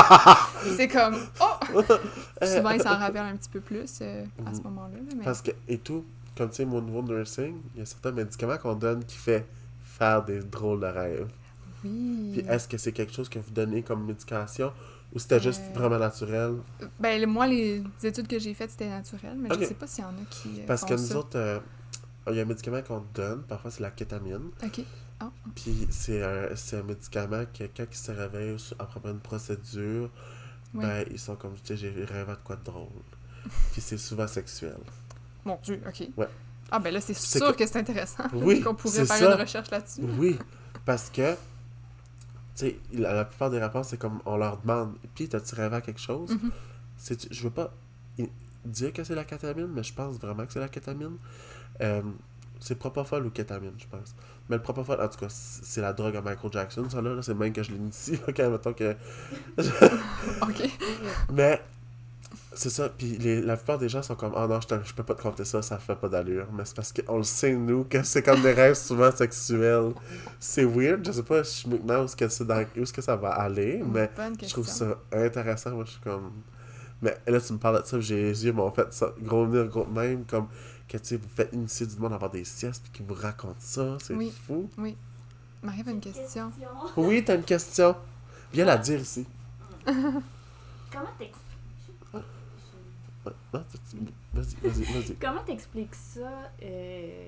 B: sais? C'est comme, oh! Puis souvent ils s'en rappellent un petit peu plus euh, à ce moment-là. là, mais...
A: Parce que, et tout, comme tu sais, au niveau de nursing, il y a certains médicaments qu'on donne qui fait faire des drôles de rêves.
B: Oui.
A: Puis est-ce que c'est quelque chose que vous donnez comme médication ou c'était juste
B: Euh,
A: vraiment naturel?
B: Ben, le- moi, les études que j'ai faites, c'était naturel, mais
A: Ok.
B: je sais pas s'il y en a qui. euh,
A: Parce
B: font
A: que nous
B: ça.
A: autres, euh, il y a un médicament qu'on te donne, parfois c'est la kétamine.
B: Ok.
A: Puis c'est un, c'est un médicament que quand ils se réveillent sur- après une procédure,
B: Oui.
A: ben ils sont comme, tu sais, j'ai rêvé de quoi de drôle. Puis c'est souvent sexuel.
B: Mon Dieu, ok.
A: Ouais.
B: Ah, ben là, c'est
A: C'est
B: sûr
A: que-
B: que c'est intéressant.
A: Oui,
B: qu'on pourrait
A: c'est
B: faire
A: ça.
B: une recherche là-dessus.
A: Oui, parce que, tu sais, la, la plupart des réponses, c'est comme on leur demande, puis t'as-tu rêvé à quelque chose?
B: Mhm.
A: C'est, je veux pas i- dire que c'est la kétamine, mais je pense vraiment que c'est la kétamine. Euh, c'est propofol ou kétamine, je pense. Mais le propofol, en tout cas, c- c'est la drogue à Michael Jackson, ça là, là, c'est le même que je l'initie, là, quand mettons que...
B: Ok.
A: Mais, c'est ça, puis les, la plupart des gens sont comme « Oh non, je, te- je peux pas te compter ça, ça fait pas d'allure. » Mais c'est parce qu'on le sait, nous, que c'est comme des rêves souvent sexuels. C'est weird, je sais pas chimiquement où est-ce que, c'est dans, où est-ce que ça va aller, mais
B: Bonne
A: je
B: question.
A: trouve ça intéressant. Moi, je suis comme... Mais là, tu me parles de ça, puis j'ai les yeux m'ont fait ça, gros venir, gros de même, comme que, tu sais, vous faites initier du monde à avoir des siestes, puis qu'ils vous racontent ça, c'est
B: Oui.
A: fou.
B: Marie avait une question.
A: Oui, t'as une question. Viens la dire ici.
C: Comment t'expliques...
A: Ouais, non, tu- tu- vas-y, vas-y, vas-y.
C: Comment t'expliques ça? Euh...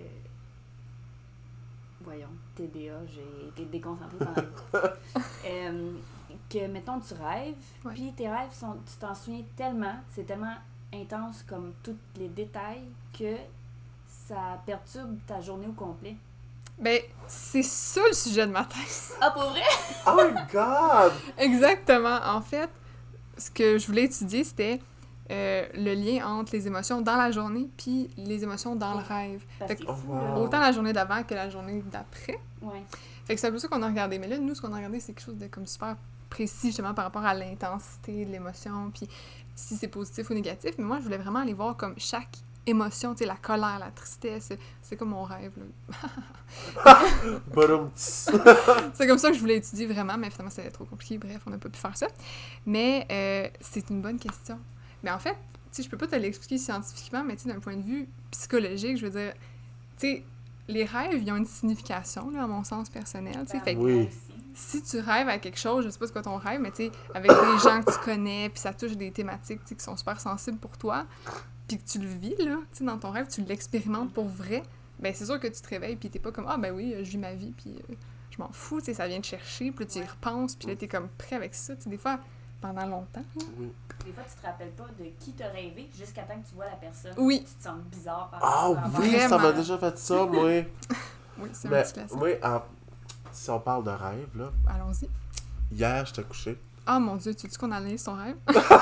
C: Voyons, T D A, j'ai été déconcentrée pendant le euh, que, mettons, tu rêves,
B: Ouais.
C: puis tes rêves, sont, tu t'en souviens tellement, c'est tellement intense comme tous les détails, que ça perturbe ta journée au complet.
B: Ben, c'est ça le sujet de ma thèse.
C: Ah, pour vrai?
A: Oh my god!
B: Exactement. En fait, ce que je voulais étudier, c'était euh, le lien entre les émotions dans la journée puis les émotions dans le rêve.
C: Parce
B: Fait
C: que
B: que
C: c'est fou,
A: Oh,
C: là.
A: wow.
B: autant la journée d'avant que la journée d'après.
C: Ouais.
B: Fait que c'est un peu ça qu'on a regardé. Mais là, nous, ce qu'on a regardé, c'est quelque chose de comme super précis, justement, par rapport à l'intensité de l'émotion, puis si c'est positif ou négatif. Mais moi, je voulais vraiment aller voir comme chaque émotion, tu sais, la colère, la tristesse, c'est comme mon rêve, là. C'est comme ça que je voulais étudier vraiment, mais finalement, c'était trop compliqué. Bref, on n'a pas pu faire ça. Mais euh, c'est une bonne question. Mais en fait, tu sais, je peux pas te l'expliquer scientifiquement, mais tu sais, d'un point de vue psychologique, je veux dire, tu sais, les rêves, ils ont une signification, là, à mon sens personnel, tu sais. Fait que
A: Oui.
B: si tu rêves à quelque chose, je sais pas ce que ton rêve, mais tu sais, avec des gens que tu connais, puis ça touche des thématiques, tu sais, qui sont super sensibles pour toi, puis que tu le vis, là, tu sais, dans ton rêve, tu l'expérimentes pour vrai, ben c'est sûr que tu te réveilles, puis t'es pas comme « Ah, ben oui, je vis ma vie, puis euh, je m'en fous », tu sais, ça vient te chercher, puis là, tu y repenses, puis là, t'es comme prêt avec ça, tu sais, des fois, pendant longtemps. Là.
A: Oui.
C: Des fois, tu te rappelles pas de qui t'a rêvé jusqu'à temps que tu vois la personne.
B: Oui.
C: Tu te sens bizarre par
A: Ah
C: rapport à
A: oui,
B: Vraiment.
A: ça m'a déjà fait ça, moi.
B: Oui, c'est un
A: Mais
B: petit classique.
A: moi, en- si on parle de rêve, là,
B: Allons-y.
A: hier, j'étais couché.
B: Ah, mon Dieu, tu dis qu'on analyse ton rêve?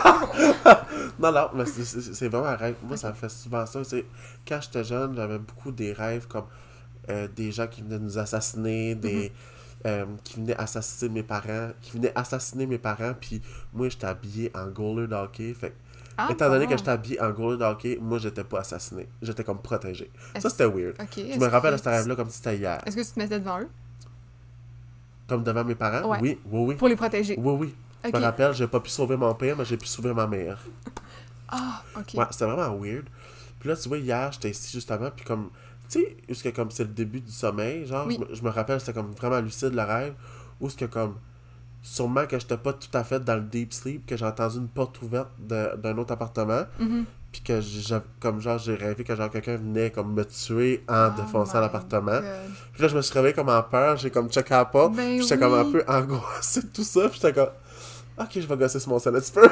A: Non, non, mais c'est- c'est c'est vraiment un rêve. Moi, ça me fait souvent ça. C'est, quand j'étais jeune, j'avais beaucoup des rêves comme euh, des gens qui venaient nous assassiner, des euh, qui venaient assassiner mes parents, qui venaient assassiner mes parents, puis moi, j'étais habillé en goaler de hockey. Fait que,
B: Ah,
A: étant donné
B: bon.
A: que j'étais habillé en goaler de hockey, moi, j'étais pas assassiné. J'étais comme protégé. Ça,
B: Est-ce-
A: c'était weird.
B: OK.
A: Je me rappelle de ce rêve-là comme si c'était hier.
B: Est-ce que tu te mettais devant eux?
A: Comme devant mes parents?
B: Ouais.
A: Oui, oui, oui.
B: Pour les protéger?
A: Oui, oui.
B: OK.
A: Je me rappelle, j'ai pas pu sauver mon père, mais j'ai pu sauver ma mère.
B: Ah, OK.
A: Ouais, c'était vraiment weird. Puis là, tu vois, hier, j'étais ici justement, puis comme, tu sais, où ce que comme c'est le début du sommeil, genre,
B: Oui.
A: je, me- je me rappelle, c'était comme vraiment lucide le rêve, où ce que comme, sûrement que j'étais pas tout à fait dans le deep sleep, que j'ai entendu une porte ouverte de- d'un autre appartement,
B: Mhm.
A: puis que j'ai, comme genre, j'ai rêvé que genre quelqu'un venait comme me tuer en
B: Oh
A: défonçant
B: my
A: l'appartement.
B: God.
A: Puis là, je me suis réveillé comme en peur, j'ai comme checké la porte,
B: Ben
A: puis j'étais comme un
B: oui.
A: peu angoissé de tout ça, puis j'étais comme, ok, je vais gosser sur mon sel un petit peu.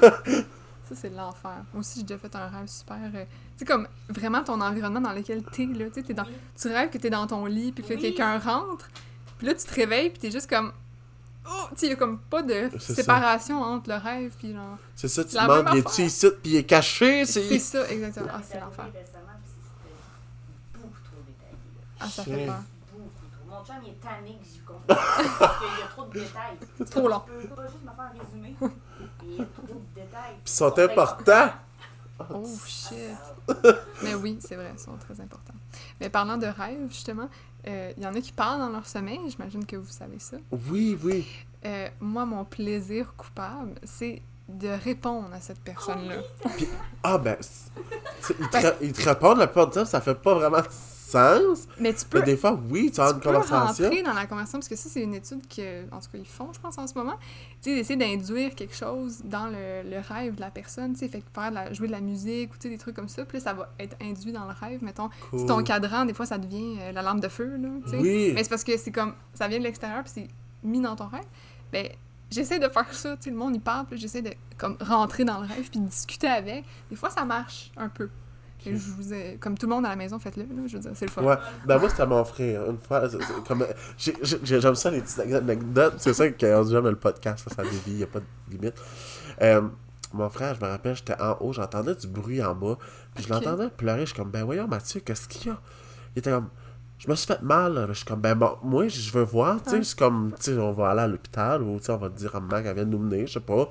B: Ça, c'est l'enfer. Moi aussi, j'ai déjà fait un rêve super... euh, Tu sais, comme vraiment ton environnement dans lequel t'es, là. Tu sais, t'es dans... Tu rêves que t'es dans ton lit, puis que là,
C: Oui.
B: quelqu'un rentre, puis là, tu te réveilles, puis t'es juste comme... Oh! Tu sais, il y a comme pas de
A: C'est
B: séparation entre le rêve, puis genre...
A: C'est ça, tu
B: La
A: demandes,
B: même
A: il est-tu
B: affaire.
A: ici, puis il est caché,
B: C'est
A: c'est...
B: ça, exactement.
C: Ça
B: Ah,
C: m'est
B: c'est l'enfer.
C: arrivé récemment, puis c'était beaucoup trop détaillé. là.
B: Ah, ça
A: Shit.
B: fait peur.
C: Beaucoup trop. Mon chum, il est tanné que j'y compte parce qu'il y a trop de détails.
B: C'est trop long.
C: Tu peux pas juste me faire un résumé. Il y a trop de détails.
A: Puis ils sont importants.
B: Oh, shit. Mais oui, c'est vrai, ils sont très importants. Mais parlant de rêve, justement, euh, il y en a qui parlent dans leur sommeil, j'imagine que vous savez ça.
A: Oui, oui.
B: Euh, moi, mon plaisir coupable, c'est de répondre à cette personne-là.
A: Puis, ah ben, c'est- tu sais, ils, te,
B: Parce-
A: ils te répondent la plupart du temps, ça fait pas vraiment de sens.
B: Mais tu peux,
A: Mais des fois, oui, tu as
B: tu
A: une
B: peux
A: conversation.
B: rentrer dans la conversation, parce que ça, c'est une étude que, en tout cas, ils font, je pense, en ce moment. Tu sais, d'essayer d'induire quelque chose dans le, le rêve de la personne, tu sais, fait que faire de la, jouer de la musique ou tu sais, des trucs comme ça, puis là, ça va être induit dans le rêve, mettons.
A: Cool.
B: Si ton cadran, des fois, ça devient euh, la lampe de feu, là, tu sais.
A: Oui.
B: Mais c'est parce que c'est comme, ça vient de l'extérieur, puis c'est mis dans ton rêve. Ben, j'essaie de faire ça, tu sais, le monde, il parle, puis j'essaie de, comme, rentrer dans le rêve, puis de discuter avec. Des fois, ça marche un peu. Et je vous ai- comme tout le monde à la maison, faites-le, là, je veux dire, c'est le fun.
A: Ouais, ben moi c'était mon frère. Une fois, c'est- c'est comme, j'ai- j'ai- j'aime ça les petites anecdotes. C'est ça qu'on dit jamais le podcast, ça, ça dévie, il n'y a pas de limite. Euh, mon frère, je me rappelle, j'étais en haut, j'entendais du bruit en bas, puis je
B: Ok.
A: l'entendais pleurer. Je suis comme, ben voyons Mathieu, qu'est-ce qu'il y a? Il était comme, je me suis fait mal. Là. Je suis comme, ben bon, moi je veux voir, tu sais,
B: Ouais.
A: c'est comme, tu sais, on va aller à l'hôpital ou tu sais, on va te dire à maman qu'elle vient de nous mener, je sais pas.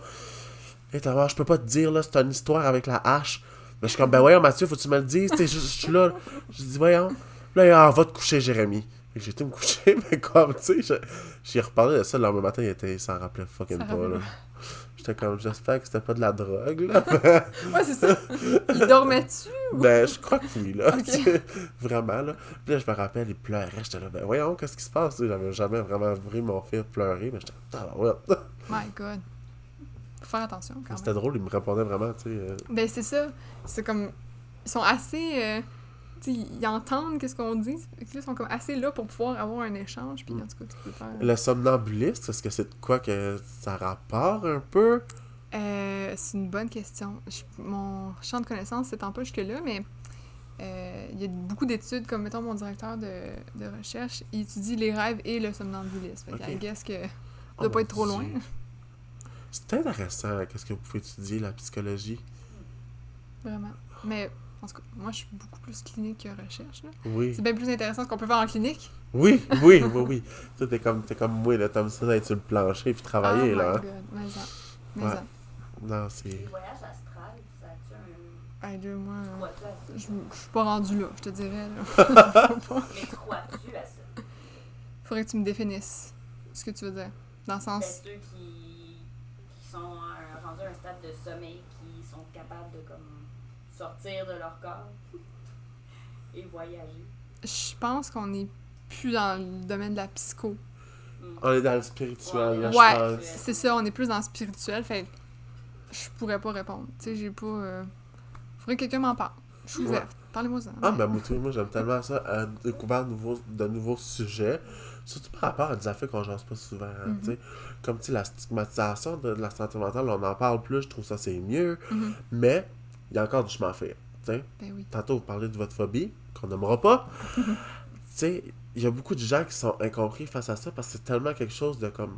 A: Et t'as voir, je peux pas te dire, là, c'est une histoire avec la hache. Là, je suis comme, ben voyons, Mathieu, faut que tu me le dises. Tu sais, je, je suis là. Je dis, voyons. Là, il a, ah, va te coucher, Jérémy. Fait que j'ai été me coucher, mais comme, tu sais, je- j'y ai reparlé de ça le lendemain matin, il, était, il s'en rappelait fucking
B: Ça
A: pas,
B: rappelait
A: là. J'étais comme, j'espère que c'était pas de la drogue, là.
B: Ouais, c'est ça. Il dormait-tu?
A: Ben, je crois que oui, là.
B: Ok.
A: tu sais, Vraiment, là. Puis là, je me rappelle, il pleurait. J'étais là, ben voyons, qu'est-ce qui se passe? Tu sais, j'avais jamais vraiment vu mon fils pleurer, mais j'étais, ah, ouais.
B: My God. Faut faire attention, quand
A: C'était
B: même.
A: drôle, il me répondait vraiment, tu sais. euh,
B: Ben, c'est ça. C'est comme... Ils sont assez... euh, tu sais, ils entendent qu'est-ce qu'on dit. Fait que là, ils sont comme assez là pour pouvoir avoir un échange. Puis, en tout cas, tu peux faire...
A: Le somnambuliste, est-ce que c'est de quoi que ça rapporte un peu?
B: Euh, c'est une bonne question. Je- mon champ de connaissances s'étend pas jusque-là, mais euh, il y a beaucoup d'études, comme mettons mon directeur de, de recherche, il étudie les rêves et le somnambulisme. Fait que,
A: Ok.
B: I guess que ça
A: Oh
B: doit pas
A: mon
B: être trop loin.
A: Dieu. C'est intéressant, qu'est-ce que vous pouvez étudier, la psychologie.
B: Vraiment. Mais En tout cas, moi, je suis beaucoup plus clinique que recherche, là.
A: Oui.
B: C'est bien plus intéressant ce qu'on peut faire en clinique.
A: Oui, oui, oui, oui. Tu t'es comme, t'es comme moi, là, t'aimes ça d'être sur le plancher puis travailler,
B: oh
A: là.
B: my
A: hein.
B: god, mais ça. Mais
A: Ouais.
B: ça.
A: Non, c'est...
C: Les voyages astrales, ça a-tu un...
B: Hey, là, moi, euh,
C: Crois-tu à ça?
B: je je suis pas rendue là, je te dirais, là.
C: Mais crois-tu à ça?
B: Faudrait que tu me définisses ce que tu veux dire. Dans le
C: C'est
B: sens...
C: ceux qui, qui sont à un- rendus à un stade de sommeil, qui sont capables de comme sortir de leur corps et voyager.
B: Je pense qu'on est plus dans le domaine de la psycho.
C: Mm.
A: On est dans le spirituel, là,
B: Ouais,
A: je pense.
B: c'est ça, on est plus dans le spirituel, fait que je pourrais pas répondre. Tu sais, j'ai pas... euh, Faudrait que quelqu'un m'en parle. Je suis
A: Ouais.
B: ouverte. Parlez-moi ça.
A: Ah, ben moi, tu vois, moi j'aime tellement ça, à découvrir de nouveaux, de nouveaux sujets, surtout par rapport à des affaires qu'on jase pas souvent, hein,
B: Mhm.
A: tu sais. Comme, tu sais, la stigmatisation de, de la santé mentale, on en parle plus, je trouve ça c'est mieux,
B: Mhm.
A: mais il y a encore du chemin à faire, tu sais.
B: Ben oui.
A: Tantôt, vous parlez de votre phobie, qu'on nommera pas. Tu sais, il y a beaucoup de gens qui sont incompris face à ça, parce que c'est tellement quelque chose de, comme,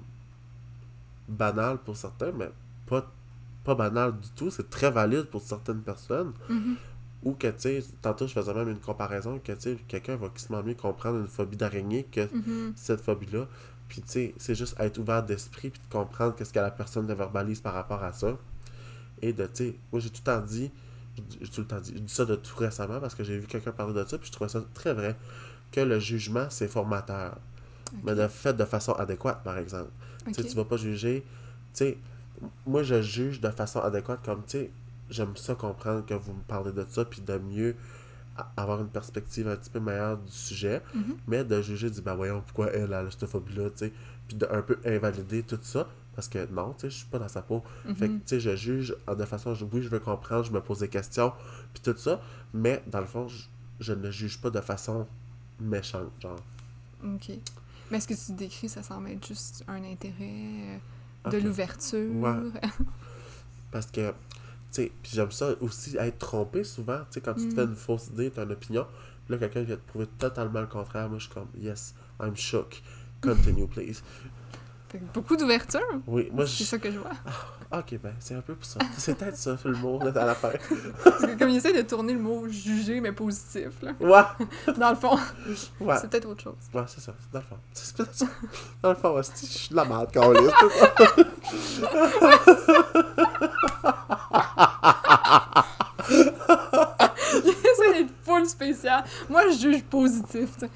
A: banal pour certains, mais pas, pas banal du tout, c'est très valide pour certaines personnes.
B: Mhm.
A: Ou que, tu sais, tantôt, je faisais même une comparaison que, tu sais, quelqu'un va quasiment mieux comprendre une phobie d'araignée que
B: Mhm.
A: cette phobie-là. Puis, tu sais, c'est juste être ouvert d'esprit puis de comprendre qu'est-ce que la personne ne verbalise par rapport à ça. Et de, tu sais, moi, j'ai tout le temps dit, j'ai tout le temps dit, je dis ça de tout récemment parce que j'ai vu quelqu'un parler de ça puis je trouvais ça très vrai, que le jugement, c'est formateur.
B: Ok.
A: Mais de fait de façon adéquate, par exemple.
B: Ok.
A: Tu sais, tu vas pas juger. Tu sais, moi, je juge de façon adéquate comme, tu sais, j'aime ça comprendre que vous me parlez de ça, puis de mieux a- avoir une perspective un petit peu meilleure du sujet,
B: Mhm.
A: mais de juger, de dire, ben voyons, pourquoi elle a cette phobie-là, tu sais, puis de un peu invalider tout ça, parce que non, tu sais, je suis pas dans sa peau. Fait que,
B: Mhm.
A: tu sais, je juge euh, de façon, je- oui, je veux comprendre, je me pose des questions, puis tout ça, mais dans le fond, je, je ne juge pas de façon méchante, genre.
B: Ok. Mais est-ce que tu décris, ça semble être juste un intérêt, euh, de
A: Ok.
B: l'ouverture?
A: Ouais. Parce que, tu sais, puis j'aime ça aussi être trompé souvent, tu sais, quand tu te
B: Mm.
A: fais une fausse idée, tu as une opinion, puis là, quelqu'un vient te prouver totalement le contraire. Moi, je suis comme, yes, I'm shook. Continue, please.
B: Fait que beaucoup d'ouverture.
A: Oui, moi,
B: C'est
A: je.
B: ça que je vois.
A: Ok, ben, c'est un peu pour ça. C'est peut-être ça, le mot, là, à la fin.
B: Parce que comme il essaie de tourner le mot juger, mais positif, là.
A: Ouais,
B: Dans le fond,
A: ouais.
B: c'est peut-être autre chose.
A: Ouais, c'est ça, c'est dans le fond. C'est peut-être ça. Dans le fond, hostie, je suis de la merde quand on lit, c'est ça.
B: Il essaie d'être full spécial. Moi, je juge positif, tu sais.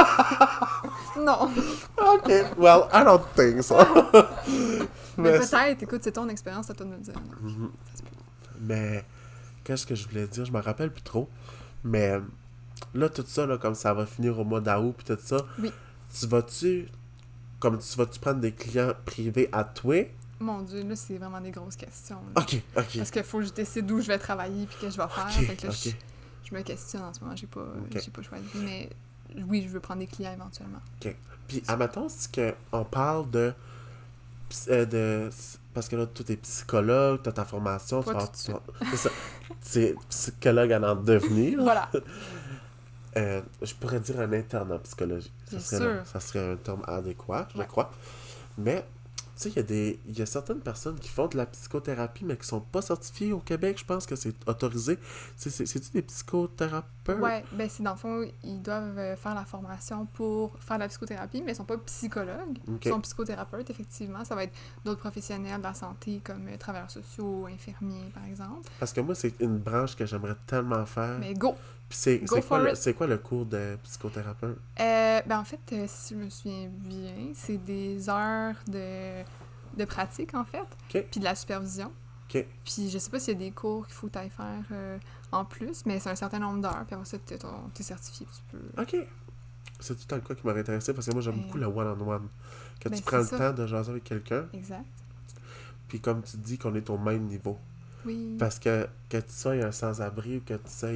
B: Non.
A: Ok, well, I don't think so.
B: Mais,
A: Mais,
B: peut-être, écoute, c'est ton expérience, à toi de me le dire.
A: Mhm.
B: Ça se peut.
A: Mais qu'est-ce que je voulais dire? Je me rappelle plus trop. Mais là, tout ça, là, comme ça va finir au mois d'août, puis tout ça,
B: Oui.
A: tu vas-tu, comme tu vas-tu prendre des clients privés à toi?
B: Mon Dieu, là, c'est vraiment des grosses questions. là.
A: Ok, ok.
B: Parce qu'il faut que je décide où je vais travailler puis que je vais faire.
A: Ok,
B: Fait que là, je,
A: ok.
B: je me questionne en ce moment. J'ai pas,
A: Ok.
B: j'ai pas choisi. Mais oui, je veux prendre des clients éventuellement.
A: Puis, admettons, c'est qu'on parle de, ps- euh, de. Parce que là, toi, t'es psychologue, t'as ta formation.
B: Pas
A: tu vas-
B: tout de
A: tu vas- C'est ça. C'est psychologue à en devenir.
B: Voilà.
A: Euh, je pourrais dire un interne en psychologie. Ça
B: Bien
A: serait,
B: sûr.
A: ça serait un terme adéquat, je
B: Ouais.
A: crois. Mais, tu sais, il y a des, il y a certaines personnes qui font de la psychothérapie, mais qui sont pas certifiées au Québec. Je pense que c'est autorisé. C'est, c'est, c'est-tu des psychothérapeutes?
B: Ouais, ben c'est dans le fond, ils doivent euh, faire la formation pour faire de la psychothérapie, mais ils sont pas psychologues.
A: Ok.
B: Ils sont psychothérapeutes, effectivement. Ça va être d'autres professionnels de la santé, comme euh, travailleurs sociaux, infirmiers, par exemple.
A: Parce que moi, c'est une branche que j'aimerais tellement faire.
B: Mais go!
A: Puis c'est,
B: go
A: c'est, quoi
B: for
A: le,
B: it.
A: c'est quoi le cours de psychothérapeute?
B: Euh, ben en fait, euh, si je me souviens bien, c'est des heures de, de pratique, en fait,
A: Ok.
B: puis de la supervision.
A: Ok.
B: Puis je sais pas s'il y a des cours qu'il faut t'aille faire euh, en plus, mais c'est un certain nombre d'heures, puis après ça, t'es, ton- t'es certifié, tu peux...
A: Ok. C'est tout le cas qui m'aurait intéressé parce que moi, j'aime
B: Ben,
A: beaucoup le one-on-one. Que
B: ben,
A: tu prends le
B: c'est ça.
A: temps de jaser avec quelqu'un,
B: Exact.
A: puis comme tu dis qu'on est au même niveau.
B: Oui.
A: Parce que que tu sois un sans-abri ou que tu sois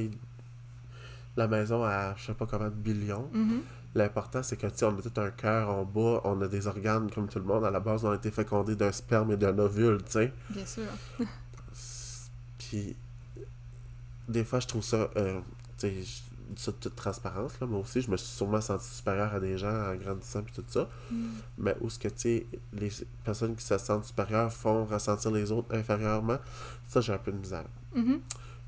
A: la maison à je sais pas combien de billions,
B: Mhm.
A: l'important c'est que tu sais, on a tout un cœur en bas, on a des organes comme tout le monde. À la base, on a été fécondés d'un sperme et d'un ovule, tu sais.
B: Bien sûr.
A: Puis, des fois, je trouve ça, euh, tu sais, je dis ça de toute transparence, là, moi aussi, je me suis sûrement senti supérieur à des gens en grandissant puis tout ça.
B: Mm.
A: Mais où ce que, tu sais, les personnes qui se sentent supérieures font ressentir les autres inférieurement, ça, j'ai un peu de misère.
B: Mhm.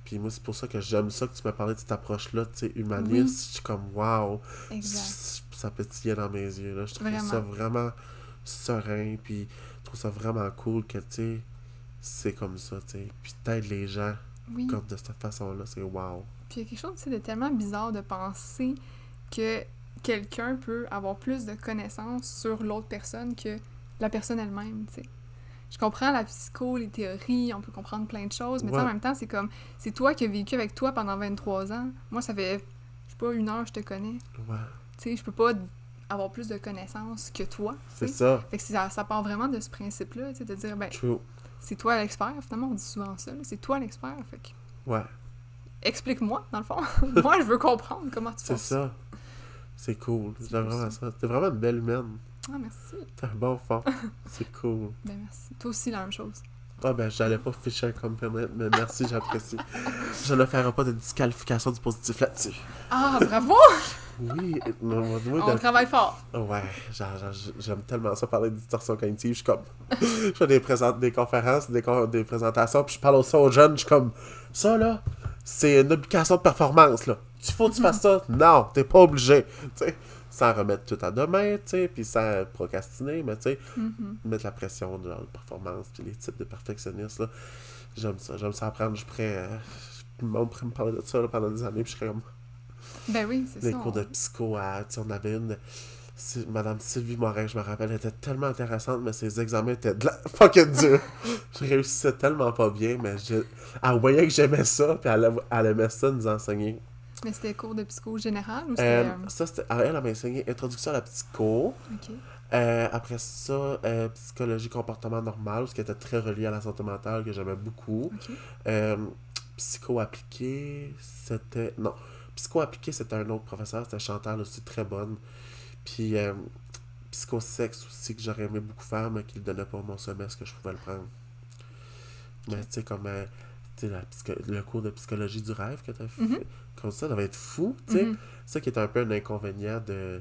A: Puis moi, c'est pour ça que j'aime ça que tu m'as parlé de cette approche-là, tu sais, humaniste.
B: Oui.
A: Je suis comme, wow!
B: Exact.
A: Ça pétillait dans mes yeux, là. Je trouve
B: Vraiment.
A: ça vraiment serein, puis je trouve ça vraiment cool que, tu sais, c'est comme ça, tu sais. Puis t'aides les gens
B: Oui.
A: comme de cette façon-là, c'est wow.
B: Puis il y a quelque chose, tu sais, de tellement bizarre de penser que quelqu'un peut avoir plus de connaissances sur l'autre personne que la personne elle-même, tu sais. Je comprends la psycho, les théories, on peut comprendre plein de choses, mais tu sais, en
A: Ouais.
B: même temps, c'est comme, c'est toi qui as vécu avec toi pendant vingt-trois ans. Moi, ça fait, je sais pas, une heure, je te connais.
A: Ouais,
B: Tu sais, je peux pas avoir plus de connaissances que toi, tu
A: c'est
B: sais.
A: ça.
B: Fait que ça, ça part vraiment de ce principe-là, tu sais, de dire, ben,
A: True.
B: c'est toi l'expert, finalement, on dit souvent ça, là, c'est toi l'expert, fait que
A: Ouais,
B: explique-moi, dans le fond. Moi, je veux comprendre comment tu
A: c'est
B: penses.
A: ça. C'est cool.
B: C'est
A: J'aime
B: cool,
A: vraiment
B: ça.
A: ça. T'es vraiment une belle humaine.
B: Ah, merci.
A: T'es un bon fond. C'est cool.
B: Ben, merci. Toi aussi, la même chose.
A: Ah ben, j'allais pas ficher un compliment, mais merci, j'apprécie. Je ne ferai pas de disqualification du positif là-dessus.
B: Ah, bravo!
A: Oui, non, moi, moi,
B: On
A: de-
B: travaille fort.
A: Ouais, genre, genre, j'aime tellement ça parler de distorsion cognitive. Je suis comme. Je fais des, présent- des conférences, des, con- des présentations, puis je parle aussi aux jeunes. Je suis comme. Ça, là, c'est une obligation de performance, là. Tu faut que tu fasses ça. Non, t'es pas obligé. Tu sais, sans remettre tout à demain, tu sais, puis sans procrastiner, mais tu sais,
B: Mhm.
A: mettre la pression de, genre, de performance, puis les types de perfectionnistes, là. J'aime ça. J'aime ça apprendre. Je pourrais. Euh, le monde pourrait me parler de ça là, pendant des années, puis je serais comme.
B: Ben oui, c'est
A: Les
B: ça.
A: cours
B: on-
A: de psycho, à, tu sais, on avait une, Sy- Madame Sylvie Morin, je me rappelle, elle était tellement intéressante, mais ses examens étaient de la fucking durs. Je réussissais tellement pas bien, mais je, elle voyait que j'aimais ça, puis elle, elle aimait ça nous enseigner.
B: Mais c'était cours de psycho général ou c'était...
A: Euh,
B: euh,
A: ça, c'était, elle, elle m'a enseigné Introduction à la psycho.
B: Ok.
A: Euh, après ça, euh, Psychologie comportement normal, ce qui était très relié à la santé mentale, que j'aimais beaucoup.
B: Ok.
A: Euh, psycho appliqué, c'était... Non, psycho appliqué, c'était un autre professeur, c'était Chantal aussi, très bonne. Puis euh, psychosexe aussi, que j'aurais aimé beaucoup faire, mais qu'il ne donnait pas mon semestre que je pouvais le prendre. Mais tu sais, comme euh, tu sais, la psycho- le cours de psychologie du rêve que tu as fait,
B: Mhm.
A: comme ça, ça va être fou, tu sais.
B: Mhm.
A: Ça qui est un peu un inconvénient de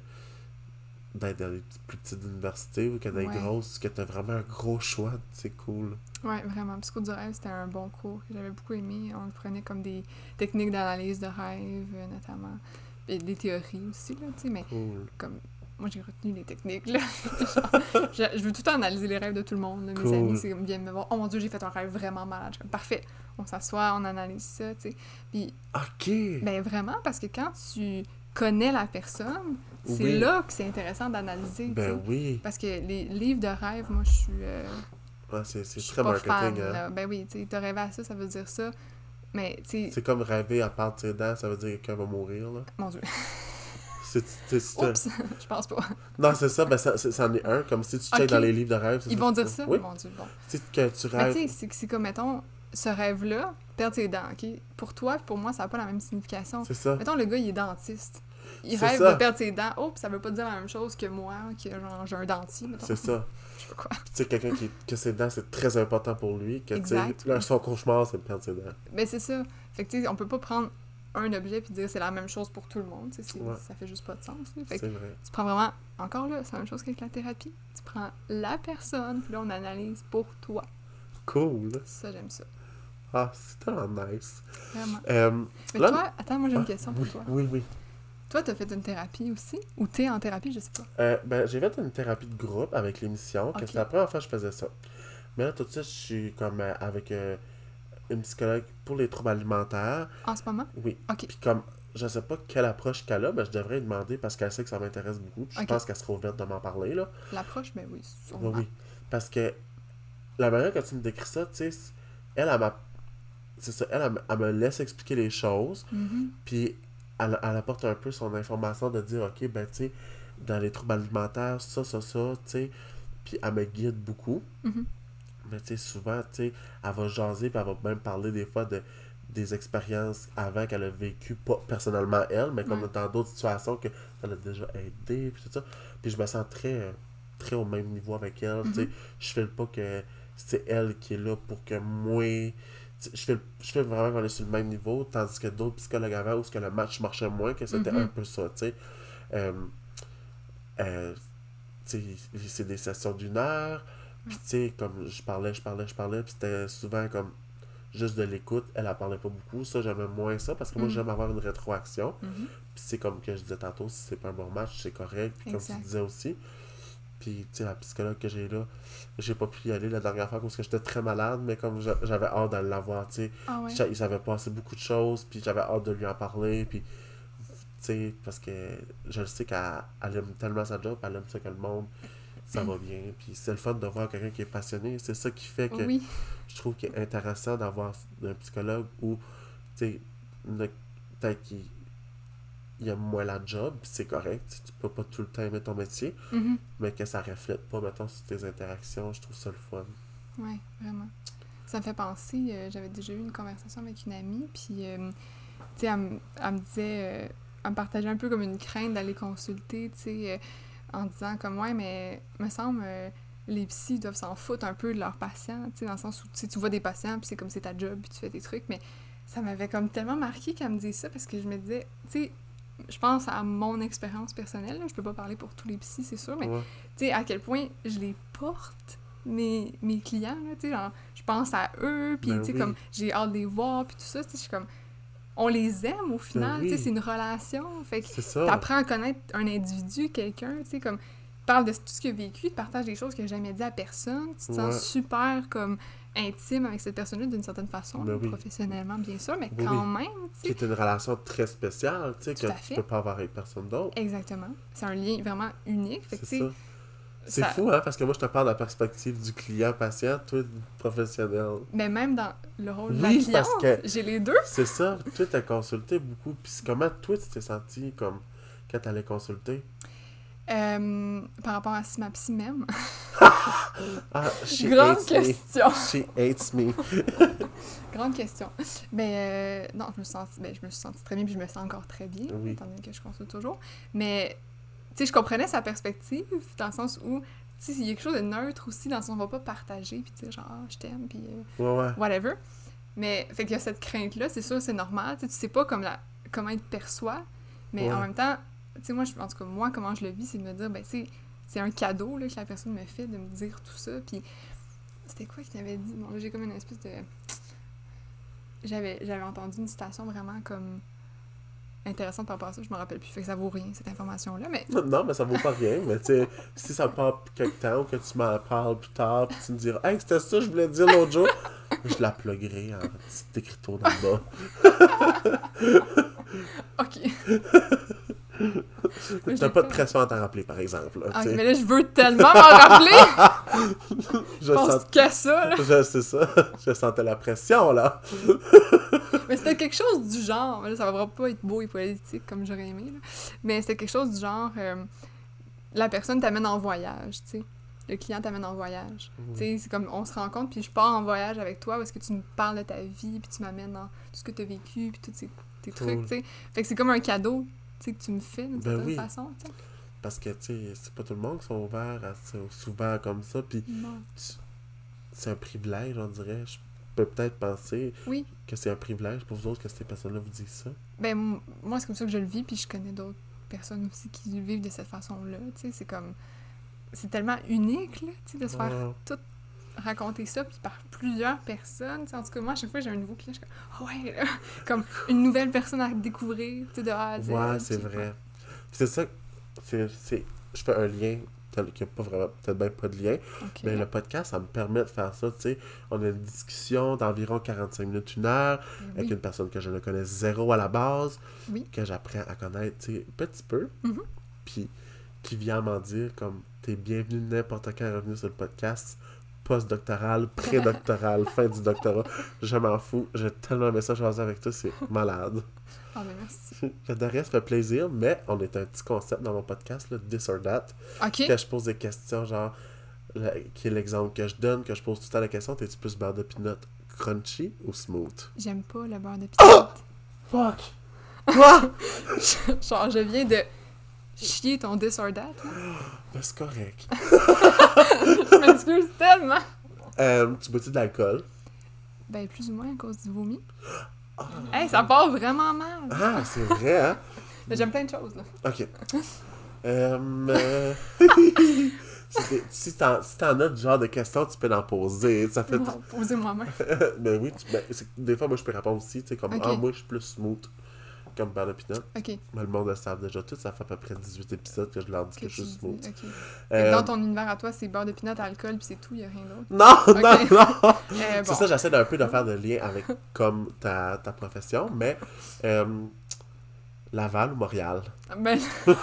A: d'être dans les petites- plus petites universités ou que dans les
B: Ouais.
A: grosses, que tu as vraiment un gros choix, c'est cool.
B: Ouais, vraiment. Psycho du rêve, c'était un bon cours que j'avais beaucoup aimé. On prenait comme des techniques d'analyse de rêve, euh, notamment. Et des théories aussi, là, tu sais, mais
A: Cool.
B: comme... Moi, j'ai retenu les techniques, là. Genre, je, je veux tout le temps analyser les rêves de tout le monde. là. Mes
A: Cool.
B: amis, c'est comme, viennent me voir. Oh mon Dieu, j'ai fait un rêve vraiment malade. Je suis comme, parfait. On s'assoit, on analyse ça, tu sais. Puis,
A: Ok!
B: ben vraiment, parce que quand tu connais la personne, c'est
A: Oui.
B: là que c'est intéressant d'analyser, tu sais.
A: Ben oui!
B: Parce que les livres de rêve, moi, je suis... euh,
A: Ah, c'est c'est
B: je suis
A: très
B: pas
A: marketing,
B: fan,
A: hein.
B: là. Ben oui, tu sais, t'as rêvé à ça, ça veut dire ça. Mais, tu sais,
A: C'est comme rêver à part de ses dents, ça veut dire que quelqu'un va mourir, là.
B: mon Dieu.
A: C'est, c'est, c'est un-
B: Oups, je pense pas.
A: Non, c'est ça, ben ça, c'est- c'en est un. Comme si tu checkes
B: Ok.
A: dans les livres de rêve. c'est
B: Ils
A: ça
B: vont
A: que-
B: dire ça?
A: Oui.
B: Mon Dieu, bon.
A: Tu sais, que tu
B: Mais
A: rêves.
B: tu sais, c'est, c'est comme, mettons, ce rêve-là, perdre ses dents, OK? Pour toi, pour moi, ça n'a pas la même signification.
A: C'est ça.
B: Mettons, le gars, il est dentiste. Il
A: C'est
B: rêve
A: ça.
B: de perdre ses dents. Oh, puis ça veut pas dire la même chose que moi, que genre, j'ai un dentier, mettons.
A: C'est ça.
B: Je sais pas quoi.
A: Puis tu sais, quelqu'un qui, que ses dents, c'est très important pour lui. Que, tu sais,
B: Exact.
A: là, son cauchemar, c'est de perdre ses dents.
B: Ben, c'est ça. Fait que, tu sais, on peut pas prendre un objet puis dire c'est la même chose pour tout le monde. tu sais, c'est-
A: Ouais.
B: Ça fait juste pas de sens. là. Fait que
A: C'est vrai.
B: tu prends vraiment, encore là, c'est la même chose qu'avec la thérapie. Tu prends la personne, puis là, on analyse pour toi.
A: Cool.
B: Ça, j'aime ça.
A: Ah, c'est tellement nice.
B: Vraiment.
A: Euh,
B: Mais
A: là-
B: toi, attends, moi, j'ai une
A: Ah,
B: question
A: oui,
B: pour toi.
A: Oui, oui.
B: Toi, t'as fait une thérapie aussi? Ou t'es en thérapie, je sais pas.
A: Euh, ben, j'ai fait une thérapie de groupe avec l'émission, que
B: Ok.
A: c'était la première fois que je faisais ça. Mais là, tout de suite, je suis comme euh, avec euh, une psychologue pour les troubles alimentaires.
B: En ce moment?
A: Oui.
B: OK.
A: Puis comme, je sais pas quelle approche qu'elle a, mais je devrais lui demander parce qu'elle sait que ça m'intéresse beaucoup. Puis je
B: Ok.
A: pense qu'elle sera ouverte de m'en parler, là.
B: L'approche, ben oui,
A: Oui,
B: sûrement.
A: oui. Parce que la manière que tu me décris ça, tu sais, c- elle, elle m'a... C'est ça, elle, elle, me- elle me laisse expliquer les choses,
B: Mhm.
A: puis elle, elle apporte un peu son information de dire, OK, ben, tu sais, dans les troubles alimentaires, ça, ça, ça, tu sais, puis elle me guide beaucoup.
B: Mhm.
A: Mais tu sais, souvent, tu sais, elle va jaser, puis elle va même parler des fois de des expériences avant qu'elle a vécu, pas personnellement elle, mais comme
B: Ouais.
A: dans d'autres situations que elle a déjà aidé, puis tout ça. Puis je me sens très, euh, très au même niveau avec elle, tu sais.
B: Mhm.
A: Je fais pas que c'est elle qui est là pour que moi... tu sais, Je fais, je fais vraiment qu'on est sur le même niveau, tandis que d'autres psychologues avant, où ce que le match marchait moins, que c'était
B: Mhm.
A: un peu ça, tu sais. Euh, euh, tu sais, c'est des sessions d'une heure, puis tu sais, comme je parlais, je parlais, je parlais, puis c'était souvent comme juste de l'écoute, elle, elle parlait pas beaucoup. Ça, j'aimais moins ça, parce que moi,
B: Mm.
A: j'aime avoir une rétroaction.
B: Mhm.
A: Puis c'est comme que je disais tantôt, si c'est pas un bon match, c'est correct. Puis comme
B: Exact.
A: tu disais aussi. Puis, tu sais, la psychologue que j'ai là, j'ai pas pu y aller la dernière fois parce que j'étais très malade, mais comme j'a- j'avais hâte de l'avoir, tu sais.
B: Ah ouais.
A: Il savait passer beaucoup de choses, puis j'avais hâte de lui en parler, puis, tu sais, parce que je le sais qu'elle elle aime tellement sa job, elle aime ça que le monde, ça va bien. Puis c'est le fun de voir quelqu'un qui est passionné. C'est ça qui fait que
B: Oui.
A: je trouve qu'il est intéressant d'avoir un psychologue où, tu sais, ne- peut-être qu'il il aime moins la job, puis c'est correct, tu peux pas tout le temps aimer ton métier,
B: Mhm.
A: mais que ça reflète pas, mettons, sur tes interactions, je trouve ça le fun.
B: Oui, vraiment. Ça me fait penser, euh, j'avais déjà eu une conversation avec une amie, puis, euh, tu sais, elle, me- elle me disait, euh, elle me partageait un peu comme une crainte d'aller consulter, tu sais, euh, en disant comme, ouais, mais me semble, euh, les psys doivent s'en foutre un peu de leurs patients, tu sais, dans le sens où, tu sais, tu vois des patients, puis c'est comme c'est ta job, puis tu fais tes trucs, mais ça m'avait comme tellement marqué qu'elle me dise ça, parce que je me disais, tu sais, je pense à mon expérience personnelle, là, je peux pas parler pour tous les psys, c'est sûr, mais
A: Ouais.
B: tu sais, à quel point je les porte, mes, mes clients, là, tu sais, genre, je pense à eux, puis
A: Ben
B: tu sais,
A: oui.
B: comme, j'ai hâte de les voir, puis tout ça, tu sais, je suis comme, on les aime au final, tu sais,
A: oui.
B: c'est une relation, fait que
A: C'est ça.
B: t'apprends à connaître un individu, quelqu'un, tu sais, comme, il parle de tout ce qu'il a vécu, il te partage des choses qu'il n'a jamais dit à personne, tu te
A: Ouais.
B: sens super, comme, intime avec cette personne-là d'une certaine façon,
A: Ben
B: là,
A: oui.
B: professionnellement, bien sûr, mais
A: Oui,
B: quand
A: oui.
B: même, tu
A: Qui
B: sais,
A: est une relation très spéciale, tu sais,
B: Tout à
A: que
B: fait.
A: tu peux pas avoir avec personne d'autre.
B: exactement, c'est un lien vraiment unique, fait que,
A: C'est
B: tu sais,
A: ça. C'est
B: ça-
A: fou, hein, parce que moi, je te parle de la perspective du client-patient, toi, du professionnel.
B: mais même dans le rôle de la
A: Oui,
B: cliente,
A: parce que-
B: j'ai les deux.
A: C'est ça. Toi, t'as consulté beaucoup. Puis c'est comment, toi, tu t'es senti comme quand t'allais consulter?
B: Euh, par rapport à si ma psy m'aime.
A: Ah, she
B: Grande
A: hates me.
B: question.
A: She hates me.
B: Grande question. Ben, euh, non, je me, suis sentie, ben, je me suis sentie très bien, puis je me sens encore très bien,
A: Oui.
B: étant donné que je consulte toujours. Mais, tu sais, je comprenais sa perspective, dans le sens où, tu sais, il y a quelque chose de neutre aussi, dans le sens où on va pas partager, puis dire genre, ah, je t'aime, puis euh,
A: Ouais, ouais.
B: whatever. Mais, fait qu'il y a cette crainte-là, c'est sûr, c'est normal. Tu sais, tu sais pas comme la, comment il te perçoit, mais
A: Ouais.
B: en même temps, tu sais, moi, je, en tout cas, moi, comment je le vis, c'est de me dire, ben, tu sais, c'est un cadeau là, que la personne me fait de me dire tout ça. Puis, c'était quoi qu'il m'avait dit? Bon, là, j'ai comme une espèce de. J'avais, j'avais entendu une citation vraiment comme intéressante par rapport à ça, je me rappelle plus. Fait que ça vaut rien, cette information-là, mais.
A: Non, mais ça vaut pas rien. Mais tu sais, si ça part quelque temps ou que tu m'en parles plus tard, puis tu me diras, hey, c'était ça, je voulais te dire l'autre jour, je la pluguerai en petit écriteau dans le bas.
B: Ok.
A: T'as pas de pression à t'en rappeler, par exemple. Là,
B: Ah,
A: tu
B: ok,
A: sais.
B: mais là, je veux tellement m'en rappeler!
A: je
B: Je pense
A: sens...
B: qu'à ça, là.
A: Je sais ça. Je sentais la pression, là.
B: Mais c'était quelque chose du genre, là, ça va vraiment pas être beau et politique comme j'aurais aimé, là. Mais c'était quelque chose du genre, euh, la personne t'amène en voyage, tu sais. Le client t'amène en voyage.
A: Mhm.
B: Tu sais, c'est comme, on se rencontre, puis je pars en voyage avec toi, parce que tu me parles de ta vie, puis tu m'amènes dans tout ce que t'as vécu, puis tous ces, tes
A: Cool.
B: trucs, tu sais. Fait que c'est comme un cadeau, tu sais, que tu me fais d'une
A: Ben
B: certaine
A: oui.
B: façon, tu sais.
A: Parce que, tu sais, c'est pas tout le monde qui sont ouverts à ça souvent comme ça. Puis
B: Non.
A: tu- c'est un privilège, on dirait. Je peux peut-être penser
B: Oui.
A: que c'est un privilège pour vous autres que ces personnes-là vous disent ça.
B: Ben, m- moi, c'est comme ça que je le vis, puis je connais d'autres personnes aussi qui vivent de cette façon-là, tu sais. C'est comme... C'est tellement unique, là, tu sais, de se faire
A: Ouais.
B: tout raconter ça, puis par plusieurs personnes. Tu sais, en tout cas, moi, à chaque fois que j'ai un nouveau client, je suis comme, ah ouais, là, comme une nouvelle personne à découvrir, tu sais, de A à Z.
A: Ouais, c'est
B: puis-
A: vrai. Puis c'est ça, c'est, c'est, je fais un lien, tel qu'il n'y a pas vraiment, peut-être même pas de lien,
B: Ok.
A: mais le podcast, ça me permet de faire ça, tu sais. On a une discussion d'environ quarante-cinq minutes, une heure,
B: Ben
A: avec
B: oui.
A: une personne que je ne connais zéro à la base,
B: Oui.
A: que j'apprends à connaître, tu sais, un petit peu,
B: Mhm.
A: puis qui vient m'en dire, comme, t'es bienvenu n'importe quand revenu sur le podcast, post-doctoral, pré-doctoral, fin du doctorat, je m'en fous, j'ai tellement aimé ça jaser avec toi, c'est malade.
B: Ah ben merci.
A: Le de reste fait plaisir, mais on est un petit concept dans mon podcast, là, This or That,
B: Ok.
A: que je pose des questions, genre, la- qui est l'exemple que je donne, que je pose tout le temps la question, t'es-tu plus beurre de peanut crunchy ou smooth?
B: J'aime pas le beurre de pinot.
A: Fuck! Quoi?
B: Genre, je viens de chier ton this or that, là.
A: Ben, c'est correct.
B: Je m'excuse tellement.
A: Euh, tu bois-tu de l'alcool?
B: Ben, plus ou moins à cause du vomi.
A: Ah,
B: Hey, ça part vraiment mal.
A: ah, c'est vrai, hein?
B: Mais j'aime plein de choses, là.
A: Ok. Euh, euh, C'était- si t'en si t'en as du genre de questions, tu peux en poser. Ça fait...
B: Bon, poser moi-même.
A: ben oui, tu- ben, c'est- des fois, moi, je peux répondre aussi. Tu sais, comme,
B: Ok.
A: ah, moi, je suis plus smooth. Comme beurre de pinot.
B: Ok.
A: Mais le monde le savent déjà tout. Ça fait à peu près dix-huit épisodes que je leur dis que,
B: Que
A: je
B: tu
A: suis
B: dis,
A: smooth.
B: ok. Fait que
A: Euh,
B: Dans ton univers à toi, c'est beurre de pinot, alcool, puis c'est tout, il a rien d'autre.
A: Non,
B: Ok.
A: non, non!
B: Euh,
A: C'est
B: bon.
A: ça, j'essaie d'un peu de faire de lien avec comme ta, ta profession, mais euh, Laval ou Montréal?
B: Ben...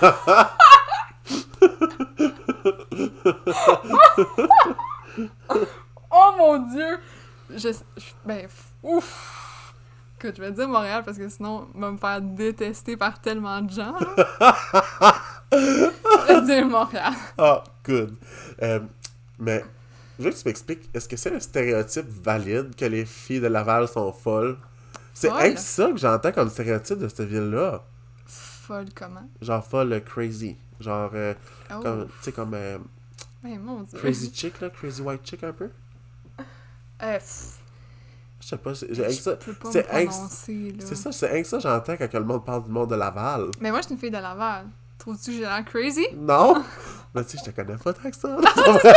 B: oh mon Dieu! Je... je- Ben, ouf! Écoute, je vais dire Montréal parce que sinon, on va me faire détester par tellement de gens. là. Je vais dire Montréal.
A: Ah, good. Euh, mais, je veux que tu m'expliques, est-ce que c'est un stéréotype valide que les filles de Laval sont folles? C'est
B: Folles?
A: hey, ça que j'entends comme stéréotype de cette ville-là.
B: Folle comment?
A: Genre folle, euh, crazy. Genre, euh,
B: Oh,
A: comme, tu sais, comme euh,
B: ben mon Dieu.
A: crazy chick, là, crazy white chick un peu.
B: Euh, pff,
A: Je sais pas, c'est j'ai- hey,
B: je
A: ça,
B: peux pas
A: c'est
B: me
A: ex-
B: prononcer, là.
A: c'est ça, c'est rien que ça j'entends quand que le monde parle du monde de Laval.
B: Mais moi, je suis une fille de Laval. Trouves-tu que j'ai l'air crazy?
A: Non? Mais tu sais, je te connais pas tant que ça.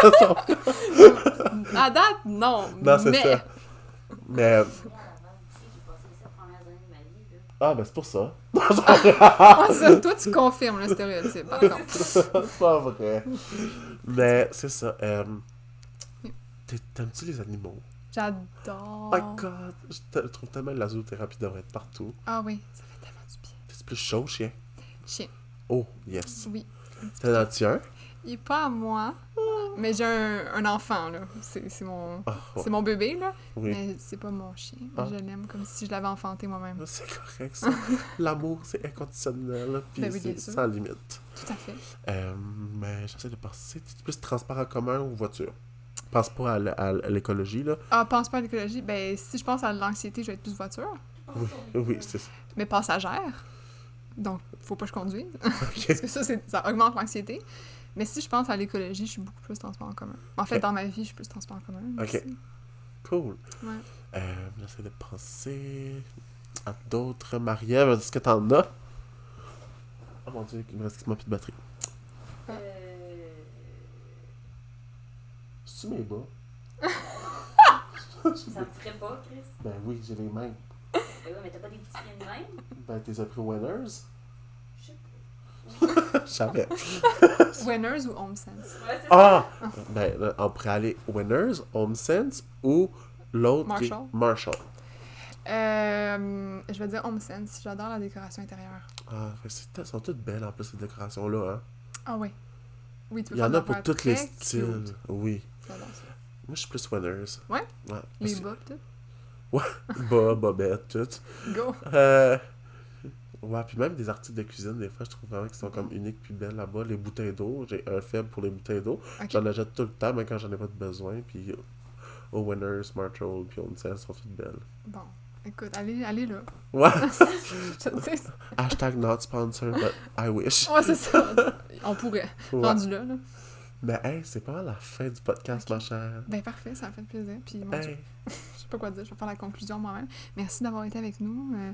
B: À date, non.
A: Non, c'est
B: mais...
A: ça. Mais,
C: À Laval aussi, j'ai passé les sept premières années de ma vie, là.
A: ah, ben c'est pour ça.
B: Ah, ça, toi, tu confirmes le stéréotype, par contre.
A: C'est pas vrai. Mais, c'est ça. Euh, t'es- T'aimes-tu les animaux?
B: J'adore.
A: Oh my god, je te- trouve tellement que la zoothérapie devrait être partout.
B: Ah oui, ça fait tellement du bien.
A: T'es plus chaud, chien?
B: Chien,
A: Oh, yes.
B: oui.
A: T'en as-tu un?
B: Il est pas à moi, mais j'ai un, un enfant, là. C'est c'est mon,
A: Ah, ouais.
B: c'est mon bébé, là.
A: Oui.
B: Mais c'est pas mon chien.
A: Ah.
B: Je l'aime comme si je l'avais enfanté moi-même.
A: C'est correct, ça. L'amour, c'est inconditionnel, puis
B: Ben oui, bien
A: c'est
B: sûr.
A: sans limite.
B: Tout à fait.
A: Euh, mais j'essaie de penser, t'es plus transport en commun ou voiture? Pense pas à l- à l- à l'écologie, là.
B: Ah, pense pas à l'écologie. Ben, si je pense à l'anxiété, je vais être plus voiture.
A: Oui, oui, c'est ça.
B: Mais passagère. Donc, faut pas que je conduise.
A: Ok.
B: Parce que ça, c'est- ça augmente l'anxiété. Mais si je pense à l'écologie, je suis beaucoup plus transport en commun. En fait,
A: Ok.
B: dans ma vie, je suis plus transport en commun.
A: Ok.
B: aussi.
A: Cool.
B: Ouais.
A: Euh, j'essaie de penser à d'autres. Marie-Ève, est-ce que t'en as? Oh mon dieu, il me reste quasiment plus de batterie.
C: Euh...
A: C'est-tu mes bas?
C: Ça me ferait pas, Chris.
A: Ben oui, j'ai les mêmes.
C: Ben oui, mais t'as pas des petits pieds de même?
A: Ben, t'es appris Winners?
C: Je sais pas.
A: Je savais.
B: Winners ou Home Sense?
C: Ouais, c'est ça.
A: Ah! Ben, là, on pourrait aller Winners, Home Sense ou l'autre qui est
B: Marshall.
A: Marshall.
B: Euh, je vais dire Home Sense. J'adore la décoration intérieure.
A: Ah, fait que c'est- elles sont toutes belles en plus, ces décorations-là. Hein?
B: Ah oui. Oui, tu peux
A: Il y en
B: faire
A: a
B: des
A: pour
B: affaires
A: tous les
B: très
A: styles.
B: cute.
A: Oui.
B: J'adore ça.
A: Moi, je suis plus Winners.
B: Ouais?
A: Ouais.
B: Les
A: Parce-
B: bas, peut-être.
A: Bas, bobette, tout.
B: Go!
A: Euh... Ouais, puis même des articles de cuisine, des fois, je trouve vraiment qu'ils sont comme uniques puis belles là-bas. Les bouteilles d'eau, j'ai un faible pour les bouteilles d'eau.
B: Ok.
A: J'en achète tout le temps, même quand j'en ai pas de besoin. Puis au Winners, Marshall, puis Home Sense sont toutes belles.
B: Bon. Écoute, allez, allez là.
A: Ouais.
B: Je te dis.
A: Hashtag not sponsor, but I wish.
B: Ouais, c'est ça. On pourrait.
A: Ouais.
B: Rendu là, là.
A: Mais hey, c'est pas mal la fin du podcast,
B: Ok.
A: ma chère.
B: Ben parfait, ça a fait plaisir. Puis, mon Dieu,
A: Hey.
B: je sais pas quoi dire, je vais faire la conclusion moi-même. Merci d'avoir été avec nous. euh,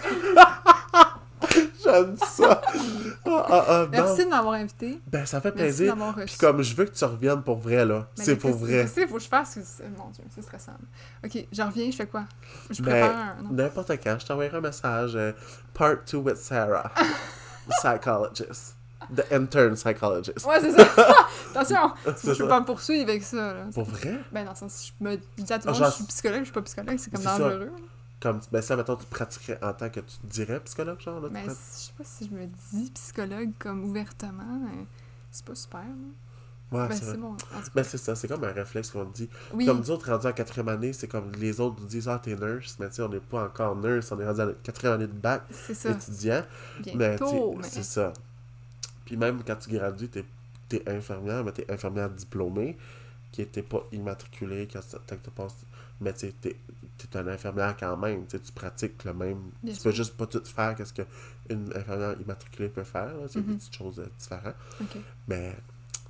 A: J'aime ça. Ah, ah, ah, non.
B: merci de m'avoir invité.
A: Ben, ça fait
B: Merci
A: plaisir.
B: d'avoir reçu.
A: Puis comme je veux que tu reviennes pour vrai, là.
B: Ben,
A: c'est pour
B: qu'est-ce-
A: vrai.
B: Qu'est-ce qu'il faut que je fasse? C'est- Mon Dieu, c'est stressant. Ok, je reviens, je fais quoi? Je
A: Ben,
B: prépare un... Non.
A: N'importe quand, je t'enverrai un message. euh, part two with Sarah. The psychologist. The intern psychologist.
B: Ouais, c'est ça. Attention!
A: C'est
B: Je
A: ça.
B: peux pas me poursuivre avec ça. Là.
A: Pour vrai?
B: Ben, dans le sens, je me je dis à tout le
A: Ah,
B: monde,
A: genre-
B: je suis psychologue, je suis pas psychologue, c'est comme
A: C'est ça.
B: dangereux.
A: Comme, ben ça, mettons, tu pratiquerais en tant que tu te dirais psychologue, genre, là? tu
B: Mais
A: ferais-
B: je sais pas si je me dis psychologue comme ouvertement, euh, c'est pas super. là.
A: Ouais,
B: Ben,
A: c'est
B: c'est
A: vrai.
B: bon. En tout cas,
A: Ben, c'est ça, c'est comme un réflexe qu'on dit.
B: oui,
A: Comme nous autres, rendus en quatrième année, c'est comme les autres nous disent, ah, t'es nurse, mais tu sais, on n'est pas encore nurse, on est rendu à la quatrième année de bac,
B: c'est ça.
A: étudiant. Mais, tu sais,
B: Bientôt, mais...
A: c'est ça. Puis même quand tu gradues, t'es, t'es infirmière, mais t'es infirmière diplômée, qui était pas immatriculée quand tu- tant que tu passes. Mais tu sais, t'es, t'es une infirmière quand même, tu sais, tu pratiques le même.
B: Bien
A: tu
B: sûr.
A: peux juste pas tout faire qu'est-ce qu'une infirmière immatriculée peut faire, là, c'est des
B: Mhm.
A: petites choses euh, différentes.
B: Ok.
A: Mais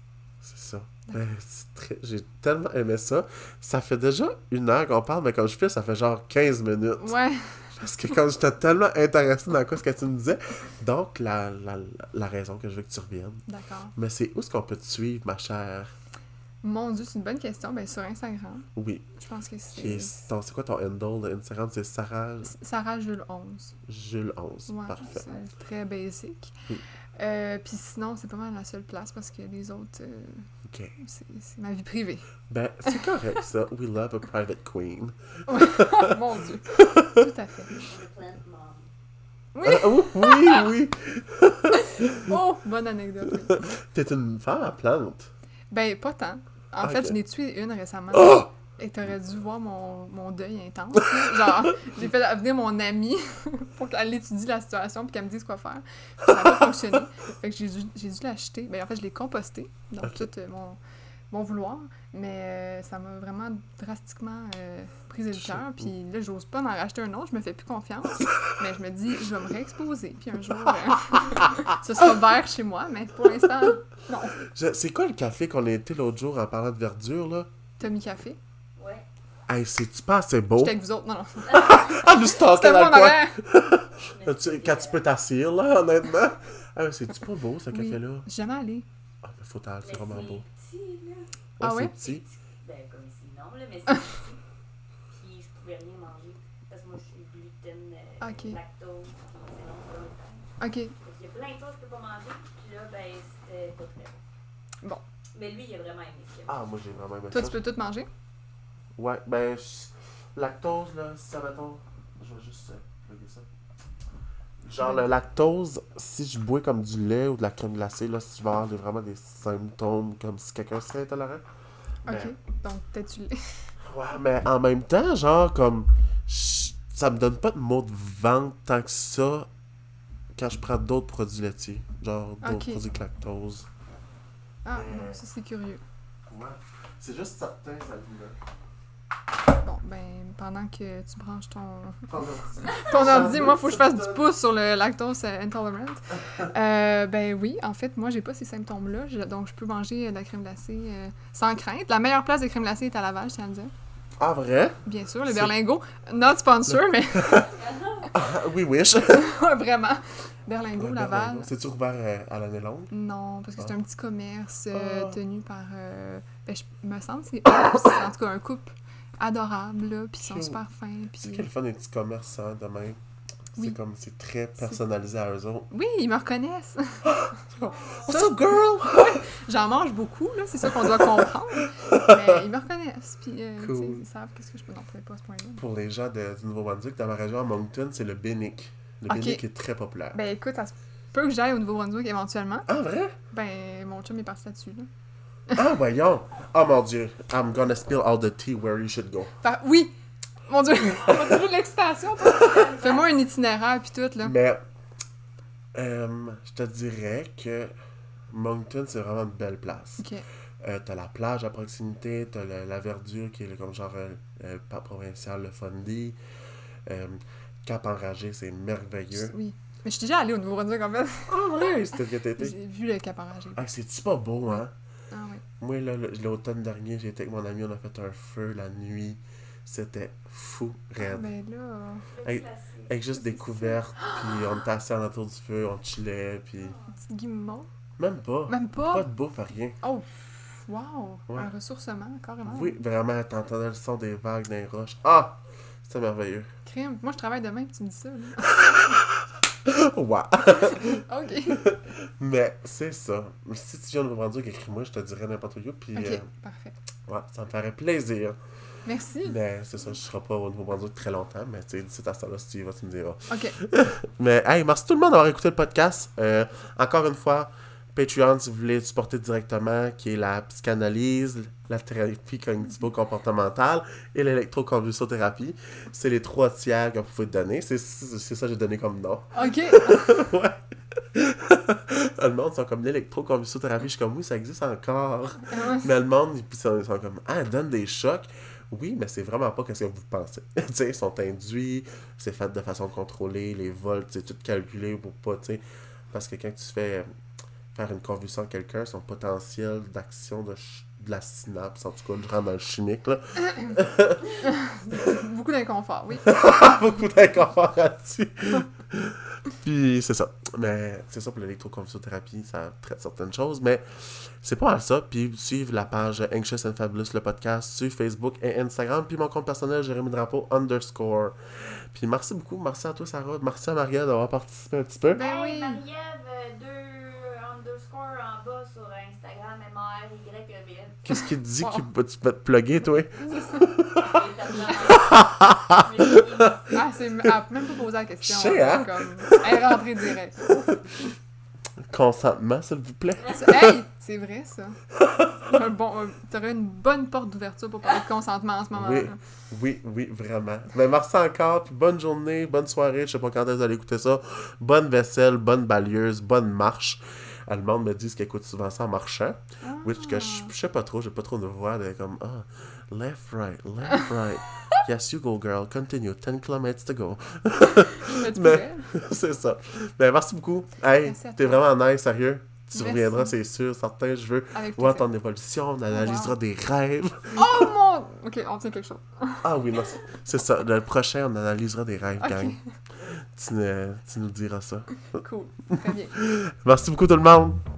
A: C'est ça. Ben, c'est très... J'ai tellement aimé ça. Ça fait déjà une heure qu'on parle, mais quand je fais, ça fait genre quinze minutes.
B: Ouais.
A: Parce que quand j'étais tellement intéressé dans quoi ce que tu me disais. Donc, la, la, la raison que je veux que tu reviennes.
B: D'accord.
A: Mais c'est où est-ce qu'on peut te suivre, ma chère?
B: Mon Dieu, c'est une bonne question. Ben, sur Instagram,
A: Oui.
B: je pense que c'est...
A: Qui est ton- c'est quoi ton handle de Instagram? C'est Sarah
B: Sarah Jules onze.
A: Jules onze.
B: Ouais,
A: Parfait.
B: c'est très basic.
A: Oui.
B: Euh, Puis sinon, c'est pas mal la seule place parce que les autres, euh,
A: OK.
B: c'est c'est ma vie privée.
A: Ben, c'est correct, ça. We love a private queen.
B: Ouais. Mon Dieu. Tout à fait.
C: Le plant mom.
B: Oui!
A: Ah, oh, oui, oui.
B: Oh! Bonne anecdote. Oui.
A: T'es une femme à plante.
B: Ben, pas tant. En
A: Ok.
B: fait, je n'ai tué une récemment.
A: Oh!
B: Et t'aurais dû voir mon, mon deuil intense. là. Genre, j'ai fait venir mon amie pour qu'elle étudie la situation puis qu'elle me dise quoi faire. Puis ça n'a pas fonctionné. Fait que j'ai dû, j'ai dû l'acheter. Ben, en fait, je l'ai composté dans
A: Ok.
B: tout euh, mon, mon vouloir. Mais euh, ça m'a vraiment drastiquement euh, brisé le cœur. Puis là, j'ose pas en racheter un autre. Je me fais plus confiance. Mais je me dis, je vais me réexposer. Puis un jour, euh, ce sera vert chez moi. Mais pour l'instant, non.
A: Je- C'est quoi le café qu'on a été l'autre jour en parlant de verdure, là?
B: Tommy Café.
C: Ouais.
A: Hey, c'est-tu pas assez beau?
B: J'étais avec vous autres. Non, non.
A: Ah, nous stalker
B: C'était
A: dans
B: mon
A: le coin.
B: horaire.
C: Mais
A: Quand tu,
C: c'est,
A: quand tu
C: euh,
A: peux t'asseoir, là, honnêtement. Ah, c'est-tu pas beau, ce
B: Oui.
A: café-là?
B: J'ai jamais allé.
A: Ah, mais faut t'en-
C: mais
A: c'est vraiment beau.
C: C'est petit, là.
B: Ah
A: c'est
B: ouais?
A: petit.
C: Ben, comme ici, non, là, mais c'est petit. Puis je pouvais rien manger. Parce que moi, je suis gluten, euh,
B: Ok.
C: lactose, puis c'est non, c'est pas le temps.
B: OK.
C: Fait qu'il y a plein de choses que je peux pas manger. Puis là, ben, c'était pas très bon.
B: Bon.
C: Mais lui, il a vraiment aimé ce qu'il a
A: Ah, moi, j'ai vraiment aimé
B: Toi,
A: ça.
B: tu peux tout manger?
A: Ouais, ben, je- lactose, là, si ça mettons. Je vais juste euh, plugger ça. Genre, le lactose, si je bois comme du lait ou de la crème glacée, là, si je vais avoir des- vraiment des symptômes comme si quelqu'un serait intolérant.
B: OK.
A: Ben,
B: Donc, peut-être tu l'es.
A: ouais, mais en même temps, genre, comme. je- Ça me donne pas de maux de ventre tant que ça quand je prends d'autres produits laitiers. Genre, d'autres
B: Ok.
A: produits que lactose.
B: Ah,
A: Euh.
B: bon, ça, c'est curieux.
A: Ouais. C'est juste certains aliments.
B: Bon, ben, pendant que tu branches ton,
A: Ton
B: ton ordi, moi, faut que je fasse du pouce sur le lactose euh, intolerant. Euh, ben oui, en fait, moi, j'ai pas ces symptômes-là. Je- donc, je peux manger euh, de la crème glacée euh, sans crainte. La meilleure place de crème glacée est à Laval, je tiens à le dire.
A: Ah, vrai?
B: Bien sûr, le
A: C'est-
B: Berlingot. Not sponsor, mais
A: Ah, oui, wish.
B: vraiment. Berlingot,
A: Ouais,
B: Laval.
A: Berlingot. C'est-tu ouvert euh, à l'année longue?
B: Non, parce que c'est
A: Ah.
B: un petit commerce euh,
A: Ah.
B: tenu par. euh, ben, je me semble que c'est eux, c'est en tout cas un couple adorable, là, puis ils sont
A: Cute.
B: super fins.
A: C'est
B: Puis...
A: quel fun des petits commerçants de même. C'est
B: Oui.
A: comme, c'est très personnalisé à eux autres.
B: Oui, ils me reconnaissent.
A: What's up, girl?
B: J'en mange beaucoup, là, c'est ça qu'on doit comprendre. Mais ils me reconnaissent, puis euh, tu sais,
A: Cool.
B: ils savent qu'est-ce que je peux. Non, peut-être pas à ce point-là.
A: Pour les gens de, du Nouveau-Brunswick, dans ma région à Moncton, c'est le Bénic. Le
B: Ok.
A: Bénic est très populaire.
B: Ben écoute, ça se peut que j'aille au Nouveau-Brunswick éventuellement.
A: Ah, vrai?
B: Ben, mon chum est parti là-dessus, là.
A: Ah, voyons. Oh mon dieu. I'm gonna spill all the tea where you should go.
B: Fait- oui! Mon Dieu! On va dire de l'excitation, toi! Fais-moi un itinéraire, puis tout, là.
A: Mais, euh, je te dirais que Moncton, c'est vraiment une belle place.
B: OK.
A: Euh, t'as la plage à proximité, t'as le- la verdure qui est comme genre euh, euh, parc provincial, le Fundy. Euh, Cap Enragé, c'est merveilleux.
B: Oui. Mais je suis déjà allée au Nouveau-Brunswick, en fait.
A: Ah, vrai? C'était que t'étais.
B: J'ai vu le cap enragé.
A: Ah, c'est-tu pas beau, hein?
B: Ah oui.
A: Moi, là, le- l'automne dernier, j'étais avec mon ami, on a fait un feu la nuit. C'était fou,
B: Ah,
A: raide.
B: ben là...
C: Le
A: Hey.
C: classique.
A: Avec juste des couvertes, puis on était assis en autour du feu, on chillait, puis...
B: Petite guimauve.
A: Même pas.
B: Même pas?
A: Pas de bouffe, rien.
B: Oh! Wow!
A: Ouais.
B: Un ressourcement, carrément.
A: Oui, vraiment, t'entendais le son des vagues dans les roches. Ah! C'était merveilleux.
B: Crime. Moi, je travaille demain, puis tu me dis ça, là.
A: Ouais.
B: OK.
A: Mais c'est ça. Si tu viens de Nouveau-Brunswick, écris-moi, je te dirai n'importe où, puis...
B: OK,
A: euh,
B: parfait.
A: ouais, ça me ferait plaisir.
B: Merci.
A: Mais c'est ça, je serai pas au Nouveau-Brunswick très longtemps, mais tu sais, d'ici à ça là, si tu y vas, tu me diras.
B: OK.
A: Mais hey, merci tout le monde d'avoir écouté le podcast. Euh, encore une fois, Patreon, si vous voulez supporter directement, qui est la psychanalyse, la thérapie cognitivo-comportementale et l'électroconvulsothérapie. C'est les trois tiers que vous pouvez donner. C'est, c'est, c'est ça que j'ai donné comme nom.
B: OK.
A: Ouais. Le monde sont comme l'électroconvulsothérapie. Je suis comme, oui, ça existe encore.
B: Ah ouais.
A: Mais le monde, ils sont, ils sont comme, ah, elle donne des chocs. Oui, mais c'est vraiment pas ce que vous pensez. Tu sais, ils sont induits, c'est fait de façon contrôlée, les volts, c'est tout calculé pour pas, tu sais. Parce que quand tu fais. faire une convulsion à quelqu'un, son potentiel d'action de, ch- de la synapse, en tout cas, je rentre dans le chimique, là.
B: Beaucoup d'inconfort, oui.
A: Beaucoup d'inconfort là-dessus. Puis c'est ça. Mais c'est ça pour l'électroconvulsothérapie, ça traite certaines choses. Mais c'est pas mal ça. Puis suivre la page Anxious and Fabulous, le podcast, sur Facebook et Instagram. Puis mon compte personnel, Jérémy Drapeau underscore. Puis merci beaucoup. Merci à toi, Sarah. Merci à Maria d'avoir participé un petit peu.
B: Ben oui.
C: Hey, Marie-Ève, euh, deux underscore en bas sur Instagram, M A R Y E V N.
A: Qu'est-ce qui te dit
B: Wow.
A: que tu peux te plugger, toi?
B: Ah, c'est... Elle a même pas posé la question.
A: Je sais, hein?
B: Comme... Elle est rentrée direct.
A: Consentement, s'il vous plaît.
B: C'est- Hey! C'est vrai, ça. Un bon, un- T'aurais une bonne porte d'ouverture pour parler de consentement en ce moment-là.
A: Oui, oui, oui, vraiment. Mais merci encore, puis bonne journée, bonne soirée, je sais pas quand est-ce que vous allez écouter ça. Bonne vaisselle, bonne balieuse, bonne marche. Ah, le monde me dit qu'elle écoute souvent ça en marchant.
B: Ah.
A: Which que je je sais pas trop, j'ai pas trop de voix de comme ah, left, right, left, right. Yes, you go, girl. Continue. ten kilometers to go.
B: Mais tu
A: Mais-
B: pourrais.
A: C'est ça. Ben, merci beaucoup. Hey,
B: Merci à
A: t'es
B: toi.
A: vraiment nice, sérieux. Tu
B: Merci.
A: reviendras, c'est sûr, certain. Je veux
B: Avec
A: voir
B: plaisir.
A: ton évolution, on analysera
B: wow.
A: des rêves.
B: Oh mon... Ok, on tient quelque chose.
A: Ah oui, non, c'est- c'est ça. Le prochain, on analysera des rêves,
B: Ok.
A: gang. Tu, ne- tu nous diras ça.
B: Cool. Très bien.
A: Merci beaucoup, tout le monde.